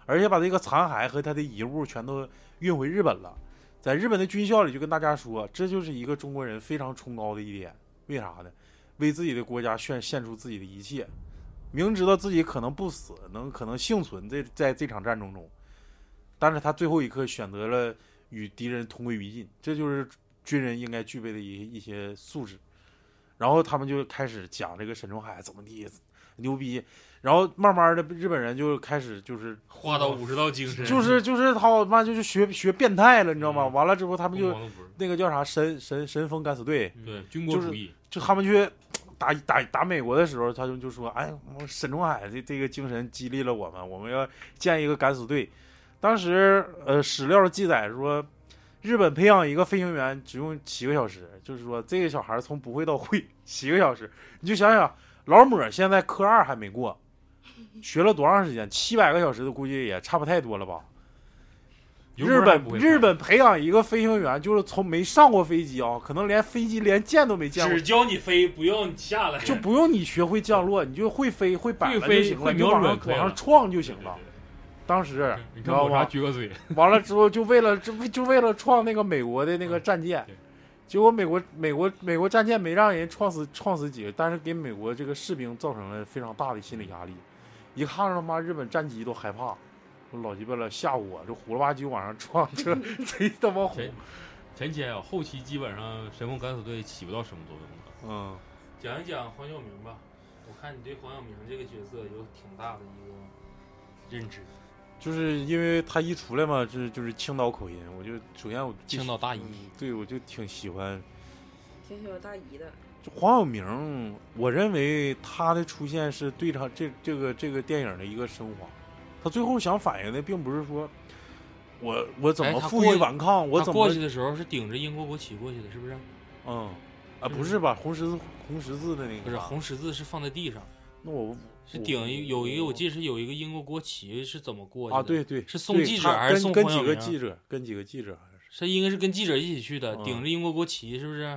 而且把这个残骸和他的遗物全都运回日本了。在日本的军校里就跟大家说，这就是一个中国人非常崇高的一点。为啥呢？为自己的国家献出自己的一切，明知道自己可能不死，可能幸存在这场战争中，但是他最后一刻选择了与敌人同归于尽，这就是军人应该具备的一些素质。然后他们就开始讲这个沈仲海怎么地牛逼，然后慢慢的日本人就开始就是画到武士道精神， 就是他妈就是学变态了，你知道吗？完了之后他们就那个叫啥神风敢死队， 对，军国主义， 就他们去打美国的时候，他就说，哎，沈仲海这个精神激励了我们要建一个敢死队。当时史料记载说，日本培养一个飞行员只用7个小时，就是说这个小孩从不会到会7个小时。你就想想，老抹现在科2还没过，学了多长时间？700个小时的估计也差不太多了吧？日本培养一个飞行员，就是从没上过飞机啊，可能连飞机连见都没见过， 只教你飞，不用你下来， 就不用你学会降落，你就会飞会摆了就行了， 会就往上撞就行了。当时你知道吗？撅个嘴， 完了之后就为了撞那个美国的那个战舰，结果美国战舰没让人撞死几个，但是给美国这个士兵造成了非常大的心理压力。一看他妈日本战机都害怕，我老鸡巴了，吓我这虎了吧唧往上撞，这贼他妈虎。 前期啊，后期基本上神风敢死队起不到什么作用了。 讲一讲黄晓明吧，我看你对黄晓明这个角色有挺大的一个认知。 就是因为他一出来嘛，就是青岛口音，我就首先我青岛大姨， 对我就挺喜欢大姨的。 就黄晓明，我认为他的出现是对他这个电影的一个升华。他最后想反映的并不是说我怎么负隅顽抗，我怎么过去的时候是顶着英国国旗过去的，是不是？ 不是吧？红十字的那个不是红十字是放在地上， 那我。 是顶有一个，我记得是有一个英国国旗是怎么过去的？ 对， 是送记者还是送跟几个记者？跟几个记者还是？ 是应该是跟记者一起去的，顶着英国国旗，是不是？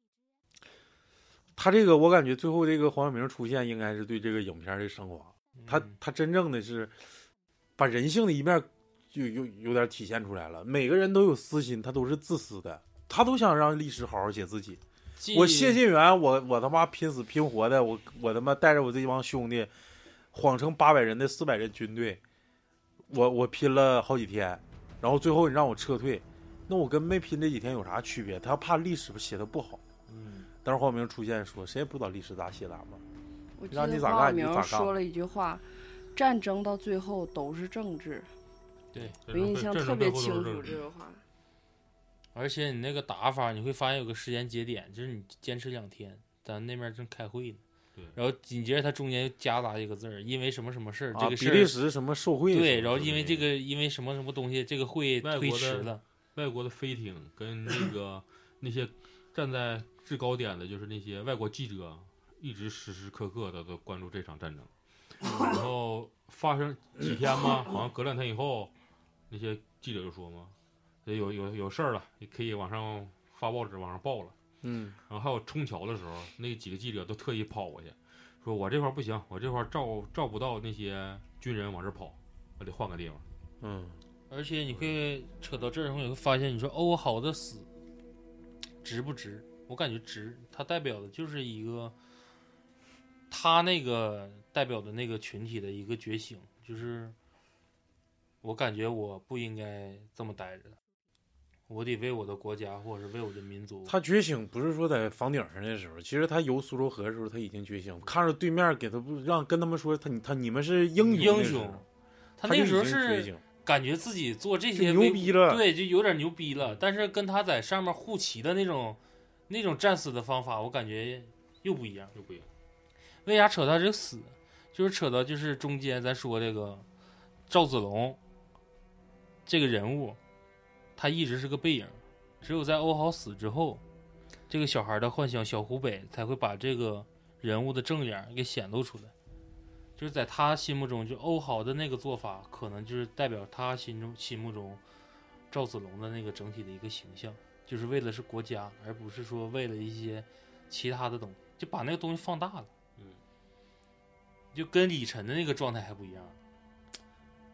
他这个我感觉最后这个黄晓明出现，应该是对这个影片的升华。他真正的是把人性的一面就有点体现出来了。每个人都有私心，他都是自私的，他都想让历史好好写自己。我谢晋元，我他妈拼死拼活的，我他妈带着我这帮兄弟，谎称800人的400人军队，我拼了好几天，然后最后你让我撤退，那我跟没拼这几天有啥区别？他怕历史写的不好。但是黄晓明出现说，谁也不知道历史咋写的嘛， 我记得黄晓明说了一句话：战争到最后都是政治。 对， 我印象特别清楚这个话。 而且你那个打法，你会发现有个时间节点，就是你坚持2天，咱那边正开会呢。 对。 然后紧接着他中间又夹杂一个字儿，因为什么什么事儿，这个事儿。比利时什么受贿。 对，然后因为这个，因为什么什么东西，这个会推迟了。 外国的飞艇跟那个那些站在制高点的，就是那些外国记者，一直时时刻刻的都关注这场战争。然后发生几天嘛，好像隔2天以后，那些记者就说嘛。有事儿了，你可以往上发报纸，往上报了。然后还有冲桥的时候，那几个记者都特意跑过去，说我这块不行，我这块照不到那些军人往这跑，我得换个地方。 而且你会扯到这儿，你会发现，你说欧豪的死值不值？我感觉值，它代表的就是一个他那个代表的那个群体的一个觉醒，就是我感觉我不应该这么待着。我得为我的国家，或者是为我的民族。 他觉醒不是说在房顶上的时候，其实他游苏州河的时候他已经觉醒，看着对面给他跟他们说你们是英雄。 他那时候是感觉自己做这些牛逼了， 对，就有点牛逼了。但是跟他在上面护旗的那种战死的方法，我感觉又不一样。为啥扯到这个死？就是扯到就是中间咱说这个赵子龙这个人物。他一直是个背影，只有在欧豪死之后，这个小孩的幻想小湖北才会把这个人物的正脸给显露出来。就是在他心目中，就欧豪的那个做法，可能就是代表他心目中赵子龙的那个整体的一个形象，就是为了是国家，而不是说为了一些其他的东西，就把那个东西放大了。就跟李晨的那个状态还不一样。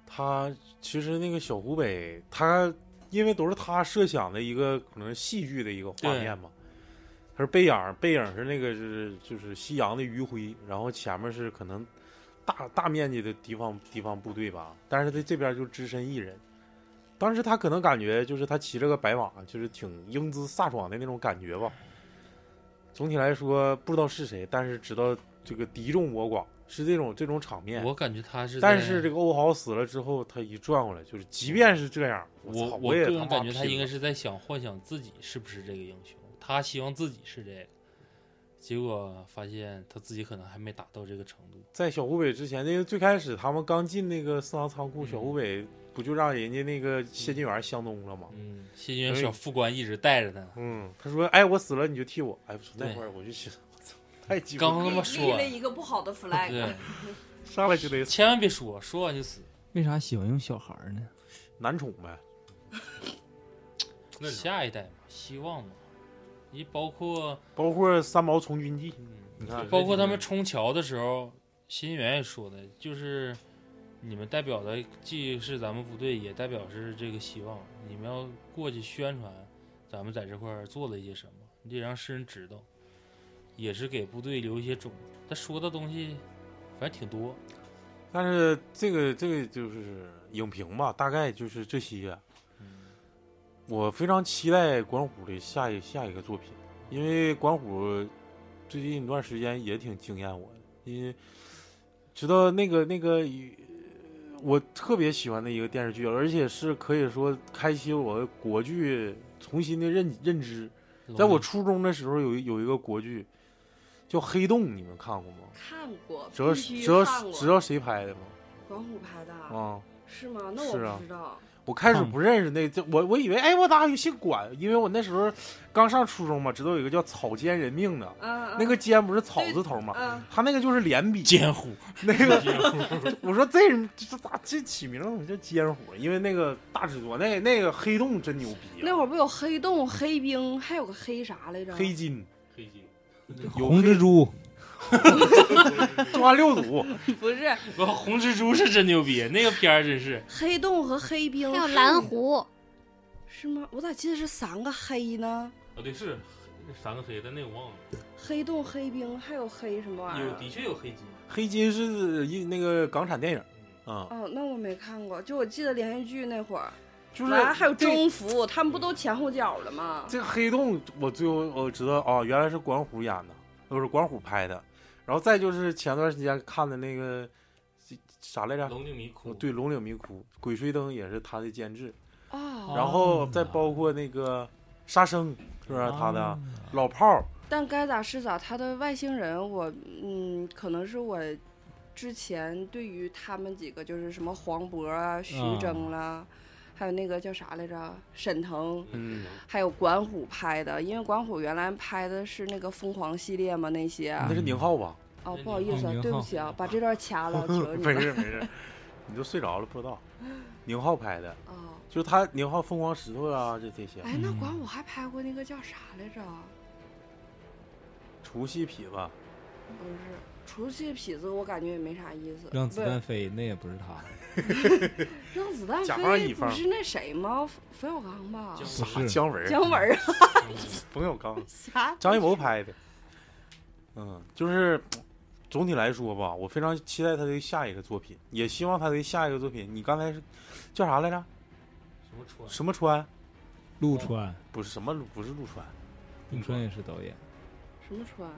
他其实那个小湖北，他因为都是他设想的一个可能戏剧的一个画面嘛。他是背影是那个就是西洋的余晖，然后前面是可能大面积的地方部队吧，但是他这边就只身一人。当时他可能感觉就是他骑着个白马，就是挺英姿飒爽的那种感觉吧。总体来说不知道是谁，但是知道这个敌众我寡，是这种场面。 我感觉他是， 但是这个欧豪死了之后，他一转过来，就是即便是这样， 我个人感觉他应该是在幻想自己是不是这个英雄，他希望自己是这个，结果发现他自己可能还没达到这个程度。 在小湖北之前，那个最开始他们刚进那个四行仓库，小湖北不就让人家那个谢晋元相中了吗？ 谢晋元小副官一直带着他。 他说：“哎，我死了你就替我。”哎，那会儿我就寻思，我操，太鸡巴！ 刚他妈说立了一个不好的 flag， 对， 上来就得死， 千万别说完就死。 为啥喜欢用小孩呢？ 男宠呗。 下一代嘛，希望嘛，包括三毛从军记，你看， 包括他们冲桥的时候，新源也说的，就是你们代表的既是咱们部队，也代表是这个希望。你们要过去宣传，咱们在这块儿做了一些什么，你得让世人知道，也是给部队留一些种子。他说的东西，反正挺多。 但是这个就是影评吧，大概就是这些。我非常期待管虎的下一个作品，因为管虎最近一段时间也挺惊艳我的，因为知道那个我特别喜欢的一个电视剧，而且是可以说开启我国剧重新的认知。在我初中的时候有一个国剧叫《黑洞》，你们看过吗？ 看过， 知道谁拍的吗？ 管虎拍的啊？ 是吗？那我不知道。 我开始不认识那我以为哎我咋有姓管？因为我那时候刚上初中嘛，知道有一个叫草菅人命的，那个菅不是草字头嘛，他那个就是连笔菅虎， 那个我说这人这咋这起名怎么叫菅虎？因为那个大制作，那个黑洞真牛逼那会儿不有黑洞、黑冰，还有个黑啥来着？ 黑金， 红蜘蛛。 中华六组不是， 红蜘蛛是真牛逼，那个片儿真是黑洞和黑冰， 还有蓝湖， 是吗？我咋记得是3个黑呢？ 对，是3个黑的，那我忘了。 黑洞、黑冰，还有黑什么玩意儿？ 的确有黑金。 黑金是那个港产电影啊。 哦，那我没看过，就我记得连续剧那会儿。 就是还有征服，他们不都前后脚了吗？ 这个黑洞，我最后我知道啊，原来是管虎演的，都是管虎拍的。然后再就是前段时间看的那个啥来着？ 龙岭迷窟。 对，龙岭迷窟，鬼吹灯也是他的监制。 哦。 然后再包括那个杀生，是不是他的老炮儿？ 但该咋是咋，他的外星人我可能是我之前对于他们几个就是什么黄渤啊、徐峥啦。还有那个叫啥来着，沈腾，还有管虎拍的，因为管虎原来拍的是那个疯狂系列嘛，那些。 那是宁浩吧？ 哦，不好意思，对不起啊，把这段掐了，求你。 没事，你都睡着了不知道。宁浩拍的，就是他宁浩疯狂石头啊，这些。 哎，那管虎还拍过那个叫啥来着？ 除夕痞子。 不是。除夕痞子，我感觉也没啥意思。 让子弹飞，那也不是他。 让子弹飞不是那谁吗？冯小刚吧？ 啥？姜文？ 姜文啊！ 冯小刚。 啥？ 张艺谋拍的。就是总体来说吧，我非常期待他的下一个作品，也希望他的下一个作品。你刚才是叫啥来着？什么川？ 陆川？ 不是什么，不是陆川。 陆川也是导演。 什么川？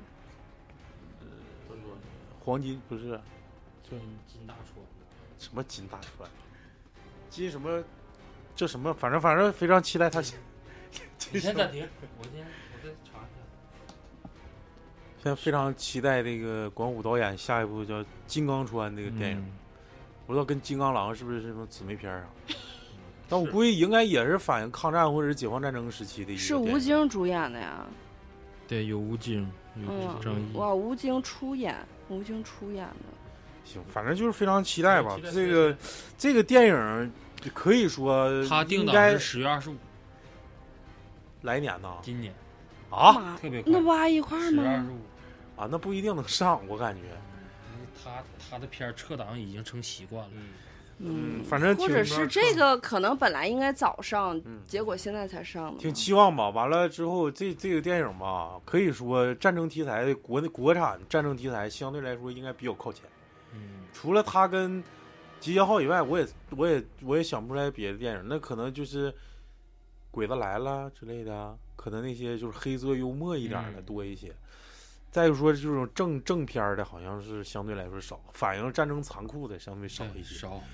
黄金不是， 金大川， 什么金大川，金什么，这什么，反正非常期待他。 你先暂停，我再查一下。 现在非常期待这个管虎导演下一部叫《金刚川》这个电影，不知道跟金刚狼是不是什么姊妹片啊？但我估计应该也是反映抗战或者是解放战争时期的一个。 是吴京主演的呀？ 对，有吴京，有张译。 哇，吴京出演的。 行，反正就是非常期待吧。这个电影可以说他定档是10月25， 来年呢？ 今年啊， 特别快。 那挖一块吗？10月 25啊，那不一定能上，我感觉。 他的片撤档已经成习惯了。 反正或者是这个可能本来应该早上，结果现在才上的。 挺期望吧。完了之后，这个电影吧，可以说战争题材国产战争题材相对来说应该比较靠前。除了他跟《集结号》以外，我也想不出来别的电影。那可能就是《鬼子来了》之类的，可能那些就是黑色幽默一点的多一些。再说这种正片的，好像是相对来说少，反映战争残酷的相对少一些。 少，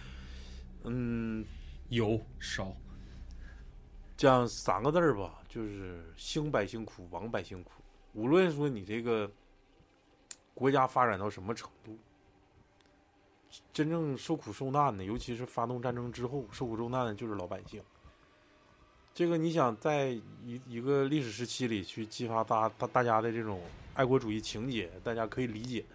有少。 这样3个字儿吧，就是兴百姓苦，亡百姓苦。无论说你这个国家发展到什么程度，真正受苦受难的，尤其是发动战争之后受苦受难的，就是老百姓。这个你想在一个历史时期里去激发大家的这种爱国主义情节，大家可以理解，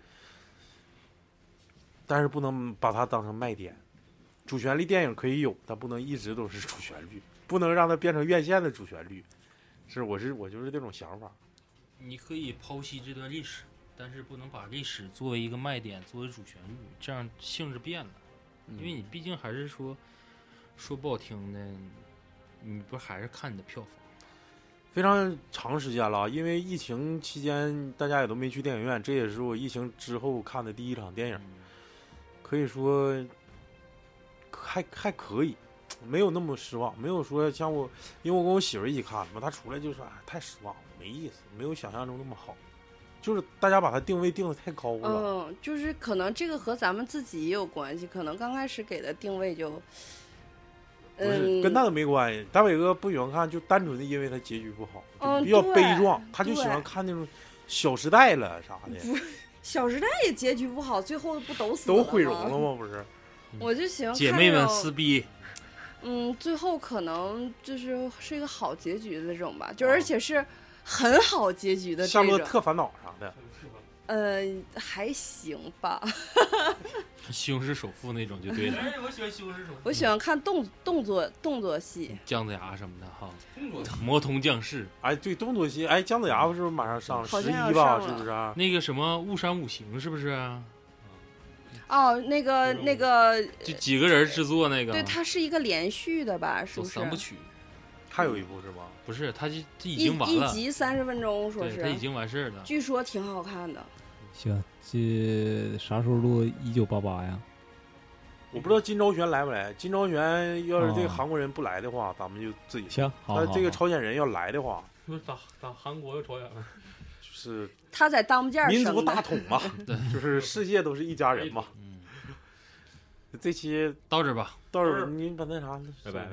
但是不能把它当成卖点。主旋律电影可以有，但不能一直都是主旋律，不能让它变成院线的主旋律。我就是这种想法。 你可以剖析这段历史，但是不能把历史作为一个卖点，作为主旋律，这样性质变了。因为你毕竟还是说不好听的，你不还是看你的票房。 非常长时间了，因为疫情期间大家也都没去电影院，这也是我疫情之后看的第一场电影，可以说还可以，没有那么失望，没有说像我，因为我跟我媳妇一起看嘛，她出来就说太失望了，没意思，没有想象中那么好，就是大家把它定位定的太高了。 就是可能这个和咱们自己也有关系，可能刚开始给的定位就。 不是跟那个没关系，大伟哥不喜欢看，就单纯的因为他结局不好，就比较悲壮，他就喜欢看那种《小时代》了啥的。 《小时代》也结局不好，最后不都死了吗？都毁容了吗？不是。 我就喜欢看姐妹们撕逼。 最后可能是一个好结局的这种吧，就而且是很好结局的这种。 夏洛特烦恼啥的。 还行吧。 西红柿首富那种就对了。 我喜欢西红柿首富。 我喜欢看动作戏， 姜子牙什么的哈。魔童降世， 对动作戏，姜子牙是不是马上上了 11 吧？是不是？ 那个什么雾山五行是不是？ 那个就几个人制作那个。 对，它是一个连续的吧？是不是 ？3部曲。 还有一部是吗？ 不是，它已经完了。 一集30分钟，说是。 它已经完事了。 据说挺好看的。 行，这啥时候录1988呀？ 我不知道金昭玄来不来。金昭玄要是这个韩国人不来的话，咱们就自己行。 他这个朝鲜人要来的话， 打韩国又朝鲜了， 就是他在当家民族大统嘛，就是世界都是一家人嘛。这期到这吧， 您把那啥， 拜拜。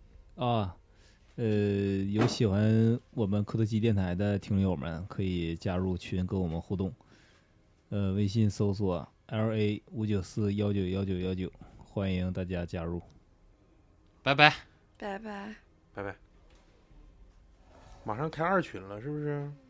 有喜欢我们磕头机电台的听友们，可以加入群跟我们互动。微信搜索 LA594191919，欢迎大家加入。 拜拜， 拜拜， 拜拜。马上开2群了，是不是？